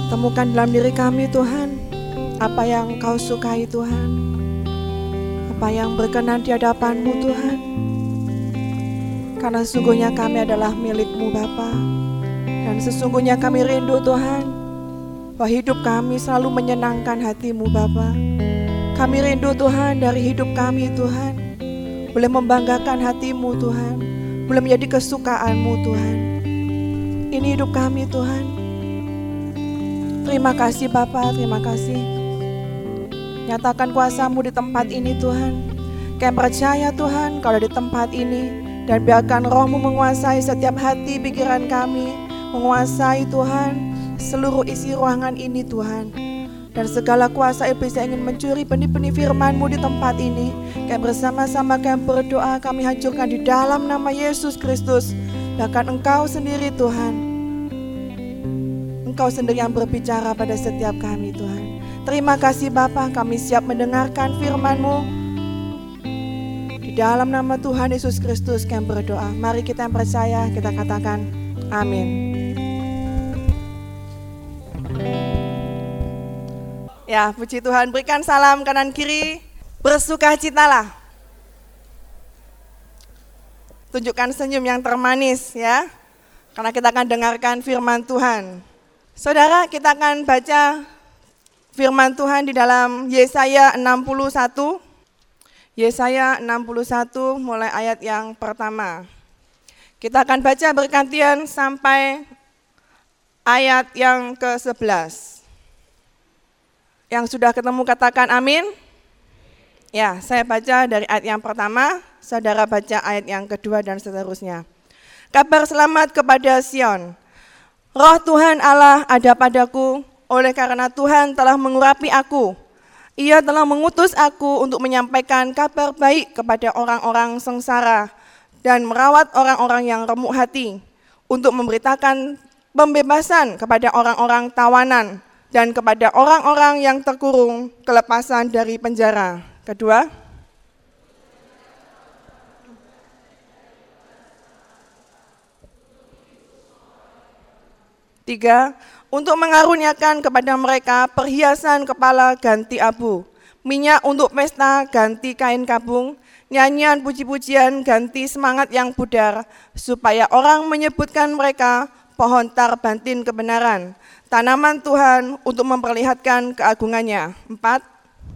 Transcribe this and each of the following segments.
Temukan dalam diri kami Tuhan, apa yang Kau sukai Tuhan, apa yang berkenan di hadapan-Mu Tuhan. Karena sesungguhnya kami adalah milik-Mu Bapa, dan sesungguhnya kami rindu Tuhan, bahwa hidup kami selalu menyenangkan hati-Mu Bapa. Kami rindu Tuhan dari hidup kami Tuhan, boleh membanggakan hati-Mu Tuhan, boleh menjadi kesukaan-Mu Tuhan. Ini hidup kami Tuhan. Terima kasih Bapa, terima kasih. Nyatakan kuasa-Mu di tempat ini Tuhan. Kami percaya Tuhan Kau ada di tempat ini, dan biarkan Roh-Mu menguasai setiap hati pikiran kami, menguasai Tuhan seluruh isi ruangan ini Tuhan. Dan segala kuasa iblis yang ingin mencuri benih-benih firman-Mu di tempat ini, kami bersama-sama kami berdoa, kami hancurkan di dalam nama Yesus Kristus. Bahkan Engkau sendiri Tuhan, Engkau sendiri yang berbicara pada setiap kami Tuhan. Terima kasih Bapa, kami siap mendengarkan firman-Mu. Di dalam nama Tuhan Yesus Kristus kami berdoa. Mari kita yang percaya, kita katakan amin. Ya, puji Tuhan, berikan salam kanan kiri, bersukacitalah. Tunjukkan senyum yang termanis ya, karena kita akan dengarkan firman Tuhan. Saudara, kita akan baca firman Tuhan di dalam Yesaya 61. Yesaya 61 mulai ayat yang pertama. Kita akan baca bergantian sampai ayat yang ke-11. Yang sudah ketemu katakan amin. Ya, saya baca dari ayat yang pertama, saudara baca ayat yang kedua dan seterusnya. Kabar selamat kepada Sion. Roh Tuhan Allah ada padaku, oleh karena Tuhan telah mengurapi aku. Ia telah mengutus aku untuk menyampaikan kabar baik kepada orang-orang sengsara dan merawat orang-orang yang remuk hati, untuk memberitakan pembebasan kepada orang-orang tawanan dan kepada orang-orang yang terkurung kelepasan dari penjara. Kedua, tiga, untuk mengaruniakan kepada mereka perhiasan kepala ganti abu, minyak untuk pesta ganti kain kabung, nyanyian puji-pujian ganti semangat yang pudar, supaya orang menyebutkan mereka pohon tarbantin kebenaran, tanaman Tuhan untuk memperlihatkan keagungannya. 4.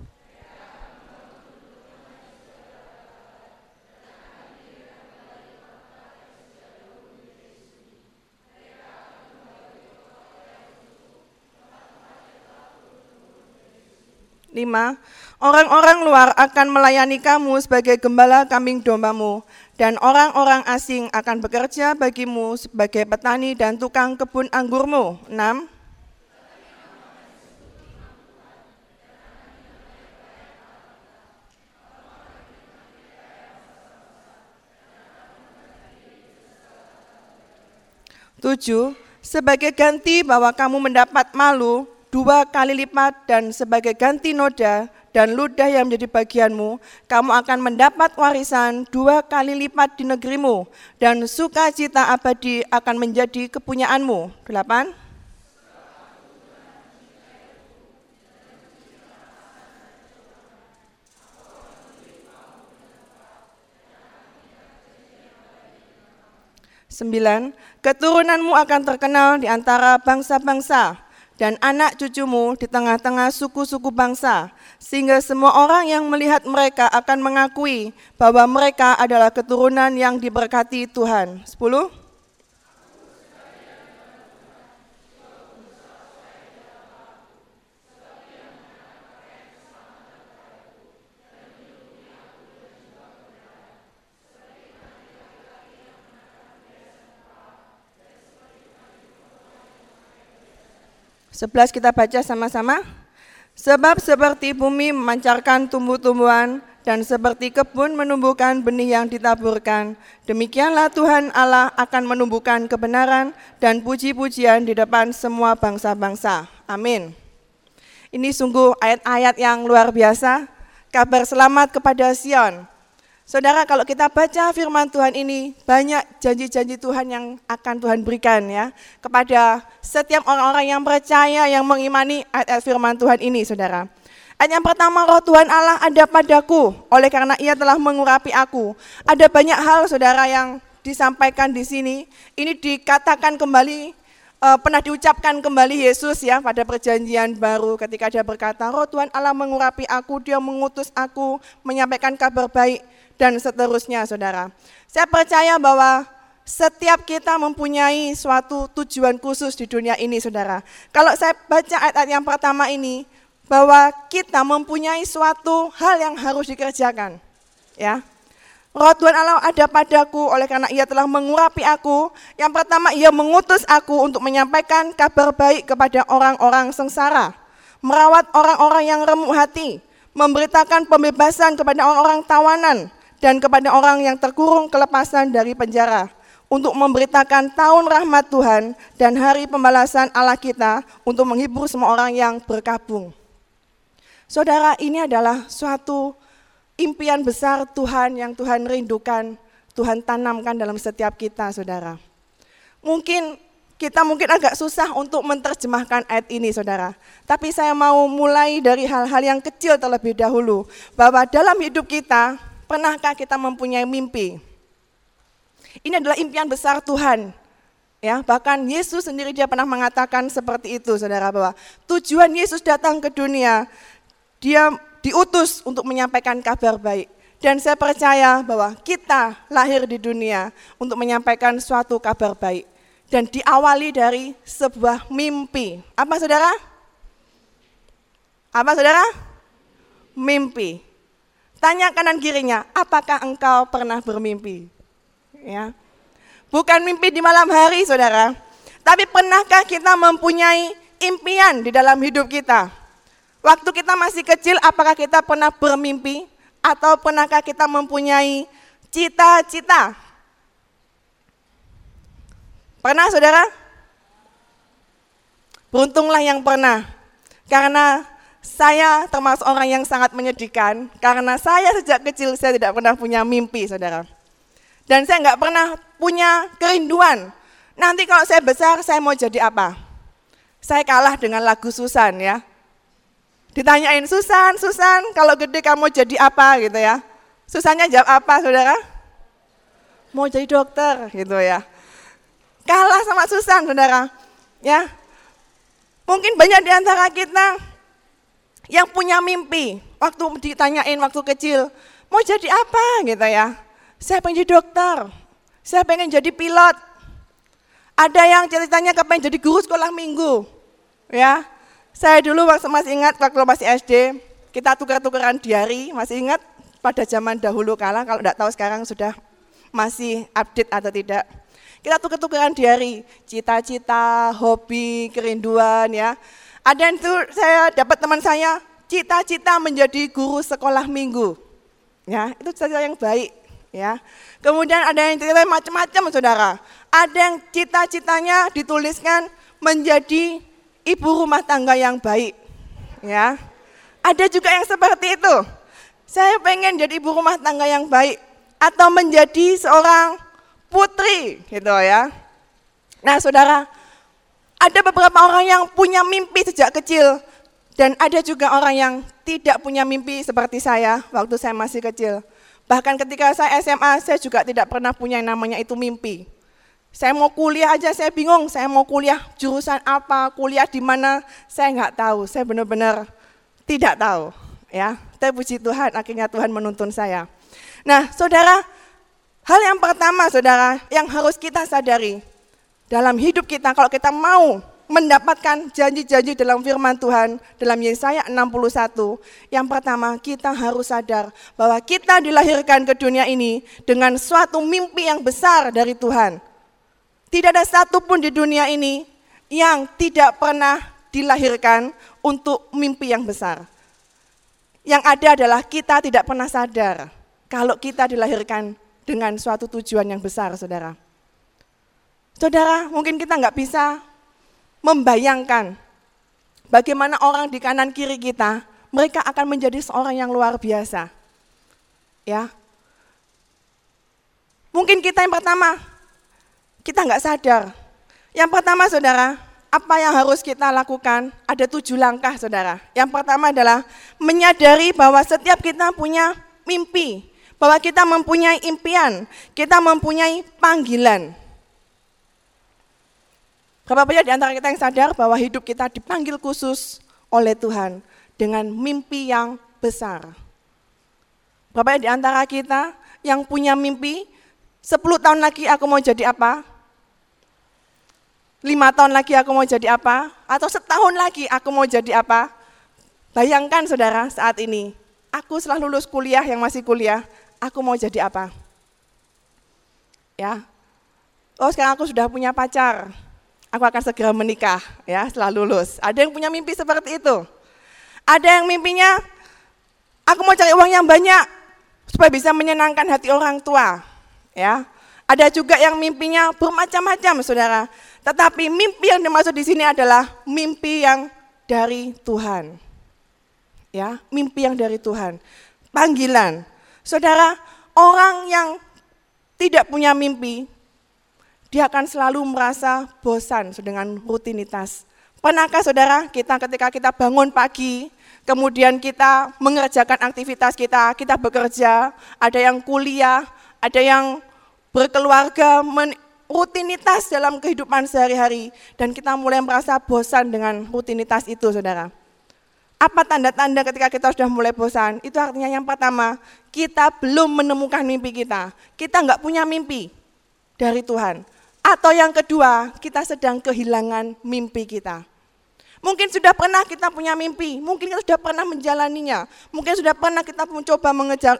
Lima, orang-orang luar akan melayani kamu sebagai gembala kambing dombamu, dan orang-orang asing akan bekerja bagimu sebagai petani dan tukang kebun anggurmu. 6. Tujuh, sebagai ganti bahwa kamu mendapat malu 2 kali lipat, dan sebagai ganti noda dan ludah yang menjadi bagianmu, kamu akan mendapat warisan 2 kali lipat di negerimu, dan sukacita abadi akan menjadi kepunyaanmu. 8. Sembilan, keturunanmu akan terkenal di antara bangsa-bangsa, dan anak cucumu di tengah-tengah suku-suku bangsa, sehingga semua orang yang melihat mereka akan mengakui bahwa mereka adalah keturunan yang diberkati Tuhan. 10. Sebelas kita baca sama-sama. Sebab seperti bumi memancarkan tumbuh-tumbuhan dan seperti kebun menumbuhkan benih yang ditaburkan, demikianlah Tuhan Allah akan menumbuhkan kebenaran dan puji-pujian di depan semua bangsa-bangsa. Amin. Ini sungguh ayat-ayat yang luar biasa. Kabar selamat kepada Sion. Saudara, kalau kita baca firman Tuhan ini, banyak janji-janji Tuhan yang akan Tuhan berikan ya kepada setiap orang-orang yang percaya, yang mengimani ayat-ayat firman Tuhan ini, saudara. Ayat yang pertama, Roh Tuhan Allah ada padaku, oleh karena Ia telah mengurapi aku. Ada banyak hal, saudara, yang disampaikan di sini. Ini dikatakan kembali, pernah diucapkan kembali Yesus ya pada perjanjian baru ketika Dia berkata, Roh Tuhan Allah mengurapi aku, Dia mengutus aku menyampaikan kabar baik, dan seterusnya, saudara. Saya percaya bahwa setiap kita mempunyai suatu tujuan khusus di dunia ini, saudara. Kalau saya baca ayat-ayat yang pertama ini, bahwa kita mempunyai suatu hal yang harus dikerjakan. Ya, Roh Tuhan Allah ada padaku, oleh karena Ia telah mengurapi aku. Yang pertama, Ia mengutus aku untuk menyampaikan kabar baik kepada orang-orang sengsara, merawat orang-orang yang remuk hati, memberitakan pembebasan kepada orang-orang tawanan, dan kepada orang yang terkurung kelepasan dari penjara, untuk memberitakan tahun rahmat Tuhan dan hari pembalasan Allah kita, untuk menghibur semua orang yang berkabung. Saudara, ini adalah suatu impian besar Tuhan yang Tuhan rindukan, Tuhan tanamkan dalam setiap kita, saudara. Kita mungkin agak susah untuk menerjemahkan ayat ini, saudara. Tapi saya mau mulai dari hal-hal yang kecil terlebih dahulu, bahwa dalam hidup kita, pernahkah kita mempunyai mimpi? Ini adalah impian besar Tuhan. Ya, bahkan Yesus sendiri Dia pernah mengatakan seperti itu, saudara, bahwa tujuan Yesus datang ke dunia, Dia diutus untuk menyampaikan kabar baik. Dan saya percaya bahwa kita lahir di dunia untuk menyampaikan suatu kabar baik. Dan diawali dari sebuah mimpi. Apa, saudara? Apa, saudara? Mimpi. Tanya kanan kirinya, apakah engkau pernah bermimpi? Ya. Bukan mimpi di malam hari, saudara. Tapi pernahkah kita mempunyai impian di dalam hidup kita? Waktu kita masih kecil, apakah kita pernah bermimpi? Atau pernahkah kita mempunyai cita-cita? Pernah, saudara? Beruntunglah yang pernah. Karena saya termasuk orang yang sangat menyedihkan, karena saya sejak kecil saya tidak pernah punya mimpi, saudara. Dan saya nggak pernah punya kerinduan, nanti kalau saya besar saya mau jadi apa? Saya kalah dengan lagu Susan ya. Ditanyain, Susan, kalau gede kamu jadi apa gitu ya. Susannya jawab apa, saudara? Mau jadi dokter gitu ya. Kalah sama Susan, saudara. Ya. Mungkin banyak di antara kita yang punya mimpi, waktu ditanyain waktu kecil, mau jadi apa gitu ya. Saya pengen jadi dokter, saya pengen jadi pilot. Ada yang ceritanya kepengen jadi guru sekolah minggu. Ya, saya dulu masih ingat waktu masih SD, kita tukar-tukaran diary, masih ingat pada zaman dahulu kala, kalau tidak tahu sekarang sudah masih update atau tidak. Kita tukar-tukaran diary, cita-cita, hobi, kerinduan ya. Ada yang itu saya dapat teman saya, cita-cita menjadi guru sekolah minggu. Ya, itu cita-cita yang baik, ya. Kemudian ada yang cerita macam-macam, saudara. Ada yang cita-citanya dituliskan menjadi ibu rumah tangga yang baik. Ya. Ada juga yang seperti itu. Saya pengen jadi ibu rumah tangga yang baik atau menjadi seorang putri, gitu ya. Nah, saudara, ada beberapa orang yang punya mimpi sejak kecil, dan ada juga orang yang tidak punya mimpi seperti saya waktu saya masih kecil. Bahkan ketika saya SMA, saya juga tidak pernah punya yang namanya itu mimpi. Saya mau kuliah aja, saya bingung, saya mau kuliah jurusan apa, kuliah di mana, saya nggak tahu, saya benar-benar tidak tahu. Ya, tapi puji Tuhan, akhirnya Tuhan menuntun saya. Nah, saudara, hal yang pertama, saudara, yang harus kita sadari, dalam hidup kita, kalau kita mau mendapatkan janji-janji dalam firman Tuhan, dalam Yesaya 61, yang pertama kita harus sadar bahwa kita dilahirkan ke dunia ini dengan suatu mimpi yang besar dari Tuhan. Tidak ada satupun di dunia ini yang tidak pernah dilahirkan untuk mimpi yang besar. Yang ada adalah kita tidak pernah sadar kalau kita dilahirkan dengan suatu tujuan yang besar, saudara. Saudara, mungkin kita nggak bisa membayangkan bagaimana orang di kanan kiri kita, mereka akan menjadi seorang yang luar biasa. Ya, Mungkin kita yang pertama, kita nggak sadar. Yang pertama saudara, apa yang harus kita lakukan? Ada 7 langkah saudara. Yang pertama adalah menyadari bahwa setiap kita punya mimpi, bahwa kita mempunyai impian, kita mempunyai panggilan. Berapa banyak di antara kita yang sadar bahwa hidup kita dipanggil khusus oleh Tuhan dengan mimpi yang besar? Berapa banyak di antara kita yang punya mimpi, 10 tahun lagi aku mau jadi apa? 5 tahun lagi aku mau jadi apa? Atau setahun lagi aku mau jadi apa? Bayangkan saudara saat ini, aku setelah lulus kuliah, yang masih kuliah, aku mau jadi apa? Ya, oh sekarang aku sudah punya pacar, aku akan segera menikah ya setelah lulus. Ada yang punya mimpi seperti itu. Ada yang mimpinya, aku mau cari uang yang banyak supaya bisa menyenangkan hati orang tua. Ya, ada juga yang mimpinya bermacam-macam, saudara. Tetapi mimpi yang dimaksud di sini adalah mimpi yang dari Tuhan. Ya, mimpi yang dari Tuhan. Panggilan. Saudara, orang yang tidak punya mimpi, dia akan selalu merasa bosan dengan rutinitas. Pernahkah saudara, ketika kita bangun pagi, kemudian kita mengerjakan aktivitas kita bekerja, ada yang kuliah, ada yang berkeluarga, rutinitas dalam kehidupan sehari-hari, dan kita mulai merasa bosan dengan rutinitas itu, saudara. Apa tanda-tanda ketika kita sudah mulai bosan? Itu artinya yang pertama, kita belum menemukan mimpi kita. Kita enggak punya mimpi dari Tuhan. Atau yang kedua, kita sedang kehilangan mimpi kita. Mungkin sudah pernah kita punya mimpi, mungkin kita sudah pernah menjalaninya, mungkin sudah pernah kita mencoba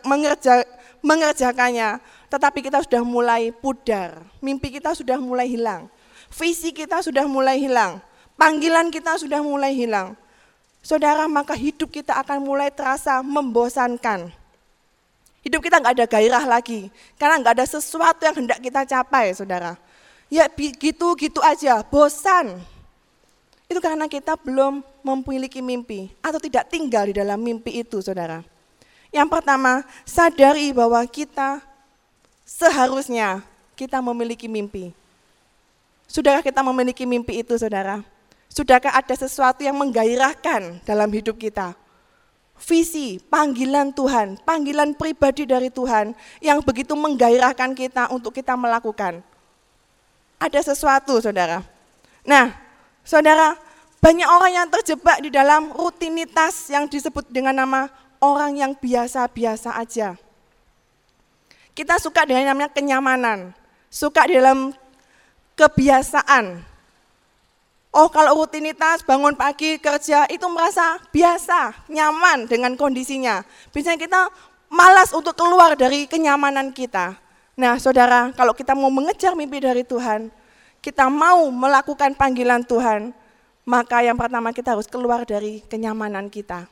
mengerjakannya, tetapi kita sudah mulai pudar, mimpi kita sudah mulai hilang, visi kita sudah mulai hilang, panggilan kita sudah mulai hilang. Saudara, maka hidup kita akan mulai terasa membosankan. Hidup kita nggak ada gairah lagi, karena nggak ada sesuatu yang hendak kita capai, saudara. Ya gitu-gitu aja, bosan. Itu karena kita belum memiliki mimpi atau tidak tinggal di dalam mimpi itu, saudara. Yang pertama, sadari bahwa kita seharusnya kita memiliki mimpi. Sudahkah kita memiliki mimpi itu, saudara? Sudahkah ada sesuatu yang menggairahkan dalam hidup kita? Visi, panggilan Tuhan, panggilan pribadi dari Tuhan yang begitu menggairahkan kita untuk kita melakukan. Ada sesuatu, saudara. Nah, saudara, banyak orang yang terjebak di dalam rutinitas yang disebut dengan nama orang yang biasa-biasa aja. Kita suka dengan namanya kenyamanan, suka di dalam kebiasaan. Oh, kalau rutinitas bangun pagi kerja itu merasa biasa, nyaman dengan kondisinya. Biasanya kita malas untuk keluar dari kenyamanan kita. Nah, saudara, kalau kita mau mengejar mimpi dari Tuhan, kita mau melakukan panggilan Tuhan, maka yang pertama kita harus keluar dari kenyamanan kita.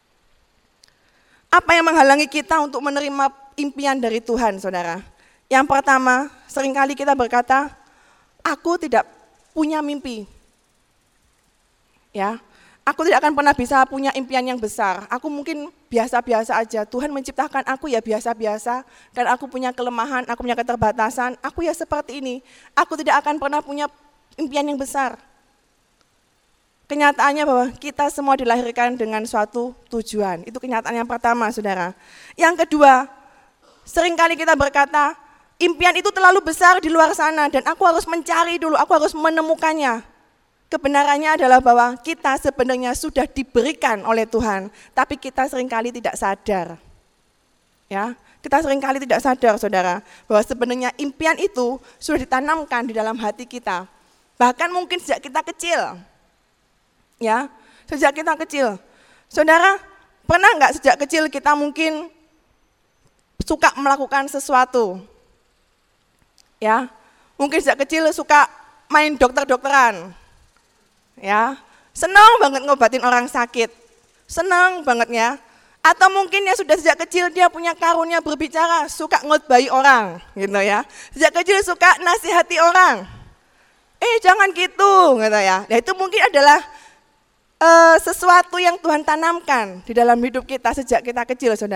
Apa yang menghalangi kita untuk menerima impian dari Tuhan, saudara? Yang pertama, seringkali kita berkata, aku tidak punya mimpi. Ya, aku tidak akan pernah bisa punya impian yang besar. Aku mungkin biasa-biasa aja. Tuhan menciptakan aku ya biasa-biasa, dan aku punya kelemahan, aku punya keterbatasan. Aku ya seperti ini. Aku tidak akan pernah punya impian yang besar. Kenyataannya bahwa kita semua dilahirkan dengan suatu tujuan. Itu kenyataan yang pertama, saudara. Yang kedua, seringkali kita berkata, impian itu terlalu besar di luar sana dan aku harus mencari dulu, aku harus menemukannya. Kebenarannya adalah bahwa kita sebenarnya sudah diberikan oleh Tuhan, tapi kita seringkali tidak sadar. Ya, kita seringkali tidak sadar, saudara, bahwa sebenarnya impian itu sudah ditanamkan di dalam hati kita. Bahkan mungkin sejak kita kecil. Ya, sejak kita kecil. Saudara, pernah enggak sejak kecil kita mungkin suka melakukan sesuatu? Ya, mungkin sejak kecil suka main dokter-dokteran. Ya, senang banget ngobatin orang sakit, senang banget ya. Atau mungkin ya sudah sejak kecil dia punya karunia berbicara, suka ngotbahi orang, gitu ya. Sejak kecil suka nasihati orang. Jangan gitu, gitu ya. Nah itu mungkin adalah sesuatu yang Tuhan tanamkan di dalam hidup kita sejak kita kecil, saudara.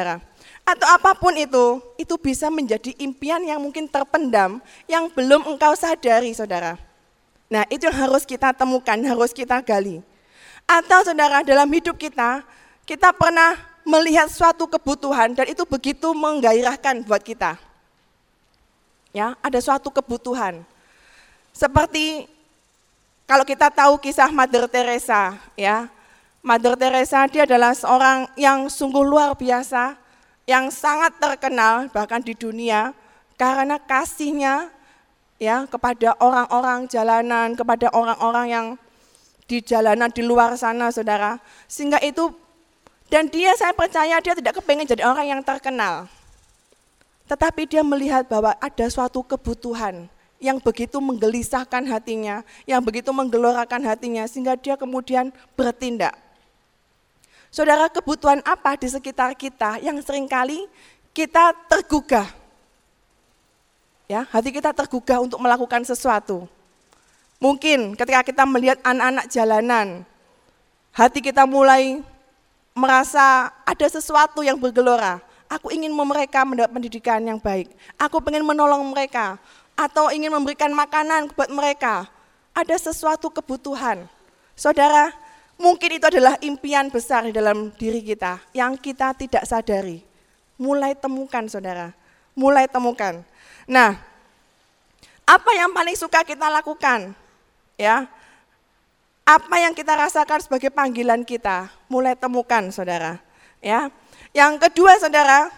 atau apapun itu bisa menjadi impian yang mungkin terpendam, yang belum engkau sadari, saudara. Nah, itu yang harus kita temukan, harus kita gali. Atau saudara, dalam hidup kita pernah melihat suatu kebutuhan dan itu begitu menggairahkan buat kita. Ya, ada suatu kebutuhan. Seperti kalau kita tahu kisah Mother Teresa, ya. Mother Teresa dia adalah seorang yang sungguh luar biasa, yang sangat terkenal bahkan di dunia karena kasihnya ya kepada orang-orang jalanan, kepada orang-orang yang di jalanan di luar sana, saudara. Sehingga itu, dan saya percaya dia tidak kepengen jadi orang yang terkenal. Tetapi dia melihat bahwa ada suatu kebutuhan yang begitu menggelisahkan hatinya, yang begitu menggelorakan hatinya, sehingga dia kemudian bertindak. Saudara, kebutuhan apa di sekitar kita yang seringkali kita tergugah? Ya, hati kita tergugah untuk melakukan sesuatu. Mungkin ketika kita melihat anak-anak jalanan, hati kita mulai merasa ada sesuatu yang bergelora. Aku ingin mereka mendapat pendidikan yang baik. Aku ingin menolong mereka. Atau ingin memberikan makanan buat mereka. Ada sesuatu kebutuhan. Saudara, mungkin itu adalah impian besar di dalam diri kita yang kita tidak sadari. Mulai temukan, saudara. Mulai temukan. Nah, apa yang paling suka kita lakukan? Ya, apa yang kita rasakan sebagai panggilan kita? Mulai temukan, saudara. Ya, yang kedua, saudara.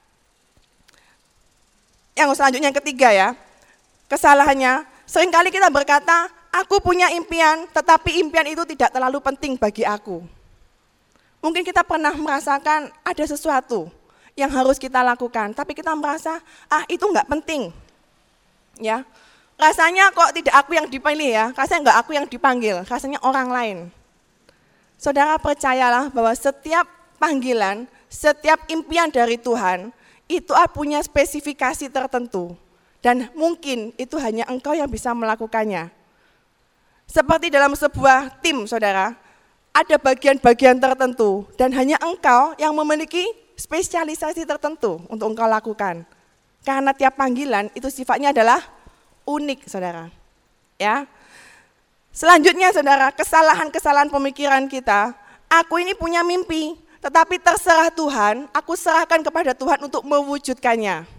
Yang selanjutnya, yang ketiga ya. Kesalahannya, seringkali kita berkata, aku punya impian, tetapi impian itu tidak terlalu penting bagi aku. Mungkin kita pernah merasakan ada sesuatu yang harus kita lakukan, tapi kita merasa, itu enggak penting. Ya, rasanya kok tidak aku yang dipilih ya, rasanya enggak aku yang dipanggil, rasanya orang lain. Saudara, percayalah bahwa setiap panggilan, setiap impian dari Tuhan, itu punya spesifikasi tertentu. Dan mungkin itu hanya engkau yang bisa melakukannya. Seperti dalam sebuah tim, saudara, ada bagian-bagian tertentu dan hanya engkau yang memiliki spesialisasi tertentu untuk engkau lakukan. Karena tiap panggilan itu sifatnya adalah unik, saudara. Ya. Selanjutnya, saudara, kesalahan-kesalahan pemikiran kita. Aku ini punya mimpi, tetapi terserah Tuhan, aku serahkan kepada Tuhan untuk mewujudkannya.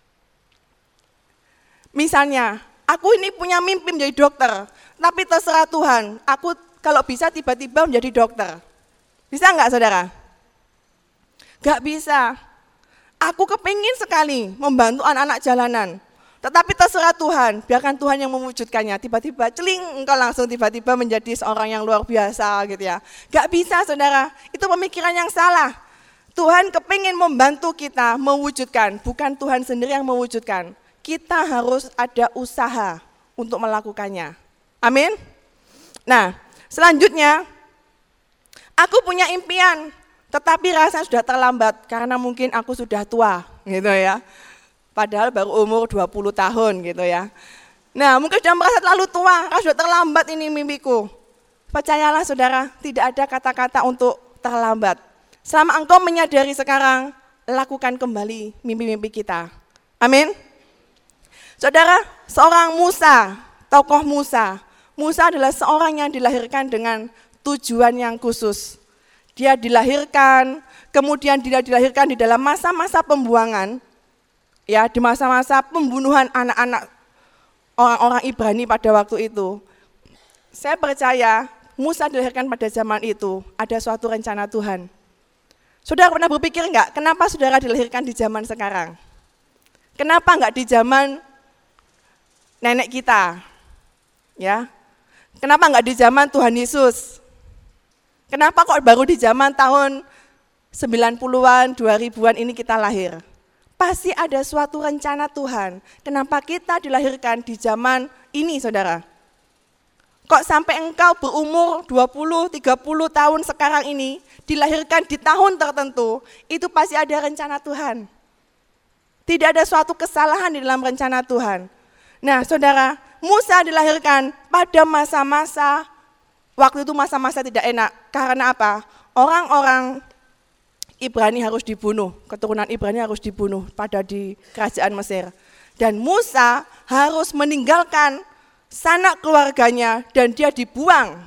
Misalnya, aku ini punya mimpi menjadi dokter, tapi terserah Tuhan, aku kalau bisa tiba-tiba menjadi dokter. Bisa enggak, saudara? Enggak bisa. Aku kepingin sekali membantu anak-anak jalanan, tetapi terserah Tuhan, biarkan Tuhan yang mewujudkannya. Tiba-tiba, celing, engkau langsung tiba-tiba menjadi seorang yang luar biasa gitu ya. Enggak bisa, saudara, itu pemikiran yang salah. Tuhan kepingin membantu kita mewujudkan, bukan Tuhan sendiri yang mewujudkan. Kita harus ada usaha untuk melakukannya. Amin. Nah, selanjutnya, aku punya impian, tetapi rasanya sudah terlambat karena mungkin aku sudah tua, gitu ya. Padahal baru umur 20 tahun gitu ya. Nah, mungkin sudah merasa terlalu tua, sudah terlambat ini mimpiku. Percayalah, saudara, tidak ada kata-kata untuk terlambat. Selama engkau menyadari sekarang, lakukan kembali mimpi-mimpi kita. Amin. Saudara, seorang Musa, tokoh Musa. Musa adalah seorang yang dilahirkan dengan tujuan yang khusus. Dia dilahirkan, kemudian dia dilahirkan di dalam masa-masa pembuangan, ya, di masa-masa pembunuhan anak-anak orang-orang Ibrani pada waktu itu. Saya percaya Musa dilahirkan pada zaman itu, ada suatu rencana Tuhan. Saudara pernah berpikir enggak, kenapa saudara dilahirkan di zaman sekarang? Kenapa enggak di zaman nenek kita? Ya. Kenapa enggak di zaman Tuhan Yesus? Kenapa kok baru di zaman tahun 90-an, 2000-an ini kita lahir? Pasti ada suatu rencana Tuhan. Kenapa kita dilahirkan di zaman ini, saudara? Kok sampai engkau berumur 20, 30 tahun sekarang ini, dilahirkan di tahun tertentu, itu pasti ada rencana Tuhan. Tidak ada suatu kesalahan di dalam rencana Tuhan. Nah, saudara, Musa dilahirkan pada masa-masa, waktu itu masa-masa tidak enak. Karena apa? Orang-orang Ibrani harus dibunuh, keturunan Ibrani harus dibunuh di kerajaan Mesir. Dan Musa harus meninggalkan sanak keluarganya dan dia dibuang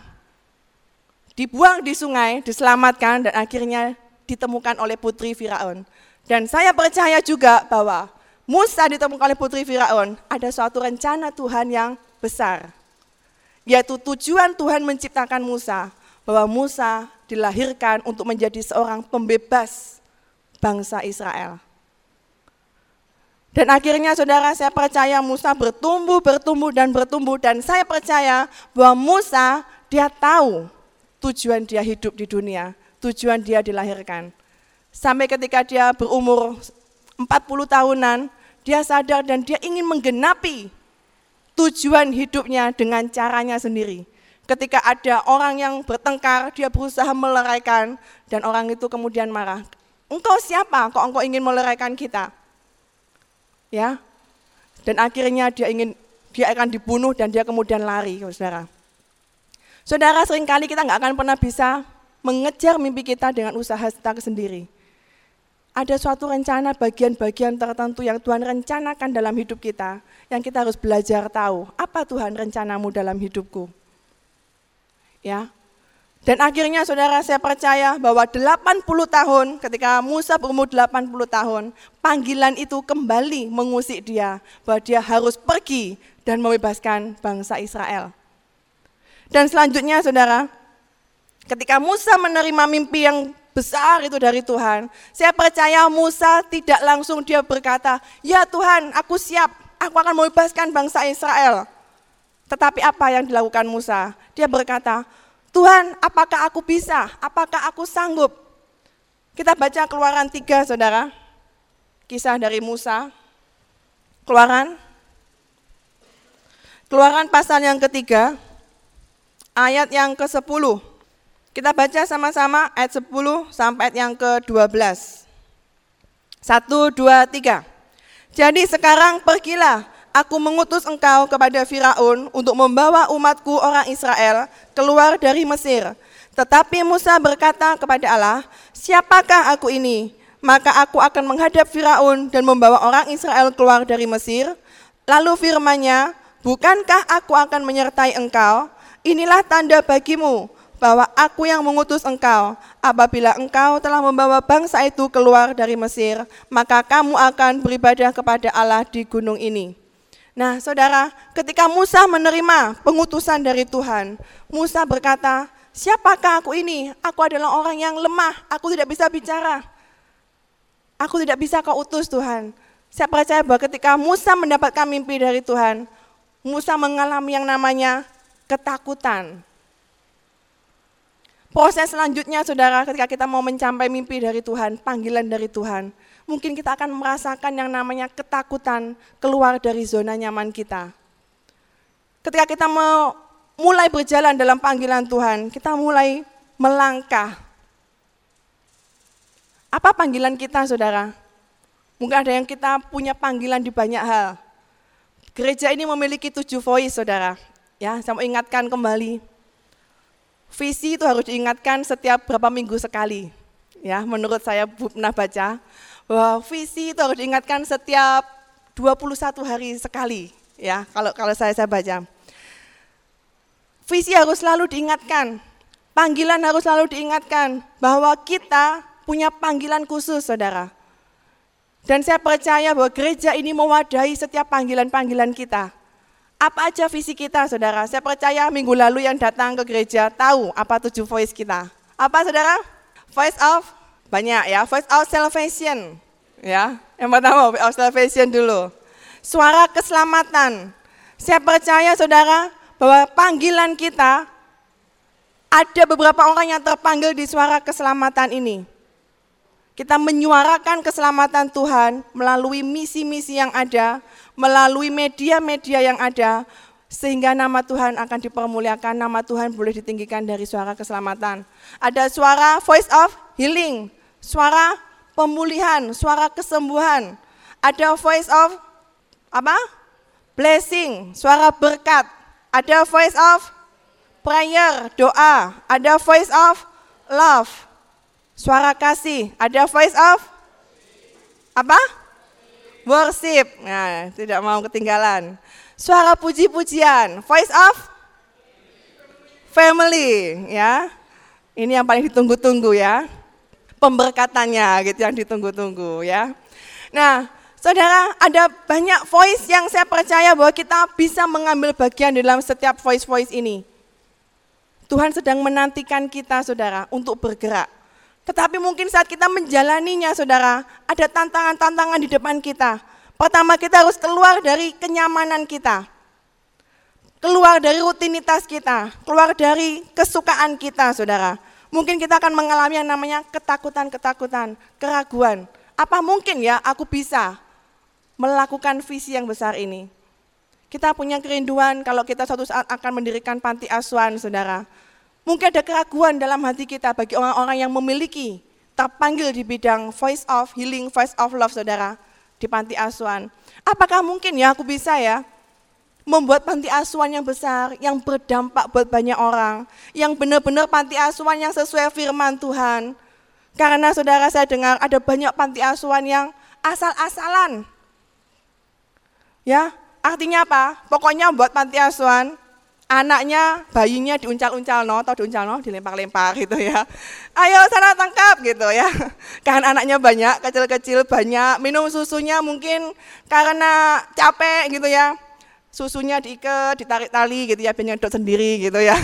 di sungai, diselamatkan dan akhirnya ditemukan oleh putri Firaun. Dan saya percaya juga bahwa Musa ditemukan oleh putri Firaun, ada suatu rencana Tuhan yang besar. Yaitu tujuan Tuhan menciptakan Musa, bahwa Musa dilahirkan untuk menjadi seorang pembebas bangsa Israel. Dan akhirnya saudara, saya percaya Musa bertumbuh dan saya percaya bahwa Musa dia tahu tujuan dia hidup di dunia, tujuan dia dilahirkan. Sampai ketika dia berumur 40 tahunan, dia sadar dan dia ingin menggenapi tujuan hidupnya dengan caranya sendiri. Ketika ada orang yang bertengkar, dia berusaha meleraikan dan orang itu kemudian marah. Engkau siapa? Kok engkau ingin meleraikan kita? Ya. Dan akhirnya dia akan dibunuh dan dia kemudian lari, saudara. Saudara, seringkali kita nggak akan pernah bisa mengejar mimpi kita dengan usaha kita sendiri. Ada suatu rencana bagian-bagian tertentu yang Tuhan rencanakan dalam hidup kita, yang kita harus belajar tahu, apa Tuhan rencanamu dalam hidupku. Ya. Dan akhirnya saudara, saya percaya bahwa 80 tahun, ketika Musa berumur 80 tahun, panggilan itu kembali mengusik dia, bahwa dia harus pergi dan membebaskan bangsa Israel. Dan selanjutnya saudara, ketika Musa menerima mimpi yang besar itu dari Tuhan, saya percaya Musa tidak langsung dia berkata, ya Tuhan, aku siap, aku akan membebaskan bangsa Israel. Tetapi apa yang dilakukan Musa? Dia berkata, Tuhan, apakah aku bisa? Apakah aku sanggup? Kita baca Keluaran 3, saudara. Kisah dari Musa. Keluaran pasal yang ketiga, ayat yang ke-10. Kita baca sama-sama ayat 10 sampai ayat yang ke-12. 1, 2, 3. Jadi sekarang pergilah, aku mengutus engkau kepada Firaun untuk membawa umatku orang Israel keluar dari Mesir. Tetapi Musa berkata kepada Allah, siapakah aku ini? Maka aku akan menghadap Firaun dan membawa orang Israel keluar dari Mesir. Lalu firman-Nya, bukankah aku akan menyertai engkau? Inilah tanda bagimu bahwa aku yang mengutus engkau. Apabila engkau telah membawa bangsa itu keluar dari Mesir, maka kamu akan beribadah kepada Allah di gunung ini. Nah saudara, ketika Musa menerima pengutusan dari Tuhan, Musa berkata, siapakah aku ini? Aku adalah orang yang lemah, aku tidak bisa bicara. Aku tidak bisa kau utus Tuhan. Saya percaya bahwa ketika Musa mendapatkan mimpi dari Tuhan, Musa mengalami yang namanya ketakutan. Proses selanjutnya saudara, ketika kita mau mencapai mimpi dari Tuhan, panggilan dari Tuhan, mungkin kita akan merasakan yang namanya ketakutan keluar dari zona nyaman kita. Ketika kita mau mulai berjalan dalam panggilan Tuhan, kita mulai melangkah. Apa panggilan kita saudara? Mungkin ada yang kita punya panggilan di banyak hal. Gereja ini memiliki 7 voice saudara. Ya, saya mau ingatkan kembali. Visi itu harus diingatkan setiap berapa minggu sekali. Ya, menurut saya pernah baca bahwa visi itu harus diingatkan setiap 21 hari sekali. Ya, kalau saya baca. Visi harus selalu diingatkan. Panggilan harus selalu diingatkan bahwa kita punya panggilan khusus, saudara. Dan saya percaya bahwa gereja ini mewadahi setiap panggilan-panggilan kita. Apa aja visi kita, saudara? Saya percaya minggu lalu yang datang ke gereja tahu apa 7 voice kita. Apa, saudara? Voice of, banyak ya, voice of salvation. Ya, yang pertama voice of salvation dulu. Suara keselamatan. Saya percaya, saudara, bahwa panggilan kita, ada beberapa orang yang terpanggil di suara keselamatan ini. Kita menyuarakan keselamatan Tuhan melalui misi-misi yang ada, melalui media-media yang ada, sehingga nama Tuhan akan dipermuliakan, nama Tuhan boleh ditinggikan dari suara keselamatan. Ada suara voice of healing, suara pemulihan, suara kesembuhan. Ada voice of apa? Blessing, suara berkat. Ada voice of prayer, doa. Ada voice of love, Suara kasih, ada voice of apa? Worship. Nah, tidak mau ketinggalan. Suara puji-pujian, voice of family, ya. Ini yang paling ditunggu-tunggu ya. Pemberkatannya gitu yang ditunggu-tunggu ya. Nah, saudara, ada banyak voice yang saya percaya bahwa kita bisa mengambil bagian dalam setiap voice-voice ini. Tuhan sedang menantikan kita, saudara, untuk bergerak. Tetapi mungkin saat kita menjalaninya, saudara, ada tantangan-tantangan di depan kita. Pertama, kita harus keluar dari kenyamanan kita. Keluar dari rutinitas kita, keluar dari kesukaan kita, saudara. Mungkin kita akan mengalami yang namanya ketakutan-ketakutan, keraguan. Apa mungkin ya aku bisa melakukan visi yang besar ini? Kita punya kerinduan kalau kita suatu saat akan mendirikan panti asuhan, saudara. Mungkin ada keraguan dalam hati kita bagi orang-orang yang memiliki terpanggil di bidang voice of healing, voice of love, saudara, di panti asuhan. Apakah mungkin ya aku bisa ya membuat panti asuhan yang besar, yang berdampak buat banyak orang, yang benar-benar panti asuhan yang sesuai firman Tuhan. Karena saudara, saya dengar ada banyak panti asuhan yang asal-asalan. Ya, artinya apa? Pokoknya buat panti asuhan, anaknya, bayinya diuncal-uncal, atau diuncal, dilempar-lempar gitu ya. Ayo sana tangkap gitu ya. Kan anaknya banyak, kecil-kecil banyak, minum susunya mungkin karena capek gitu ya. Susunya diikat, ditarik tali gitu ya, biar nyedot sendiri gitu ya.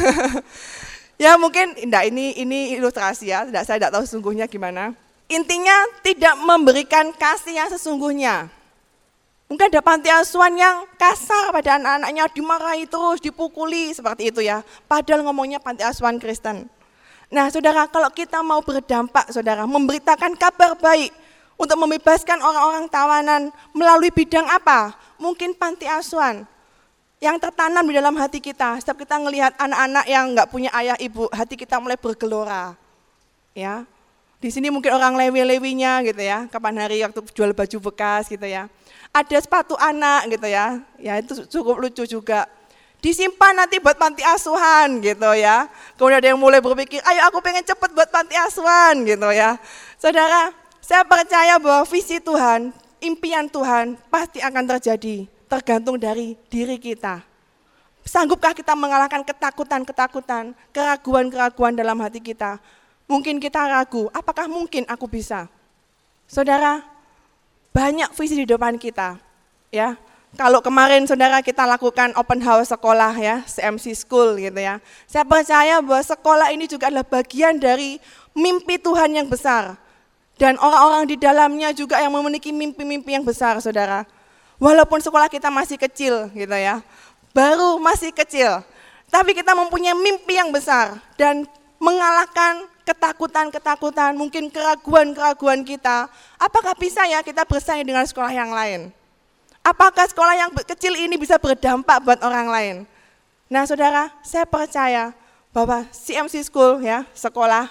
Ya mungkin, enggak, ini ilustrasi ya, saya tidak tahu sesungguhnya gimana. Intinya tidak memberikan kasih yang sesungguhnya. Mungkin ada panti asuhan yang kasar pada anak-anaknya, dimarahi terus, dipukuli, seperti itu ya. Padahal ngomongnya panti asuhan Kristen. Nah saudara, kalau kita mau berdampak, saudara, memberitakan kabar baik untuk membebaskan orang-orang tawanan melalui bidang apa? Mungkin panti asuhan yang tertanam di dalam hati kita. Setiap kita melihat anak-anak yang enggak punya ayah ibu, hati kita mulai bergelora. Ya, di sini mungkin orang lewi-lewinya gitu ya, kapan hari waktu jual baju bekas gitu ya. Ada sepatu anak gitu ya, itu cukup lucu juga. Disimpan nanti buat panti asuhan gitu ya. Kemudian ada yang mulai berpikir, ayo aku pengen cepet buat panti asuhan gitu ya. Saudara, saya percaya bahwa visi Tuhan, impian Tuhan pasti akan terjadi, tergantung dari diri kita. Sanggupkah kita mengalahkan ketakutan-ketakutan, keraguan-keraguan dalam hati kita? Mungkin kita ragu, apakah mungkin aku bisa? Saudara, banyak visi di depan kita, ya. Kalau kemarin saudara kita lakukan open house sekolah ya, CMC School gitu ya. Saya percaya bahwa sekolah ini juga adalah bagian dari mimpi Tuhan yang besar. Dan orang-orang di dalamnya juga yang memiliki mimpi-mimpi yang besar, saudara. Walaupun sekolah kita masih kecil gitu ya, baru masih kecil. Tapi kita mempunyai mimpi yang besar dan mengalahkan ketakutan-ketakutan, mungkin keraguan-keraguan kita. Apakah bisa ya kita bersaing dengan sekolah yang lain? Apakah sekolah yang kecil ini bisa berdampak buat orang lain? Nah saudara, saya percaya bahwa CMC School ya, sekolah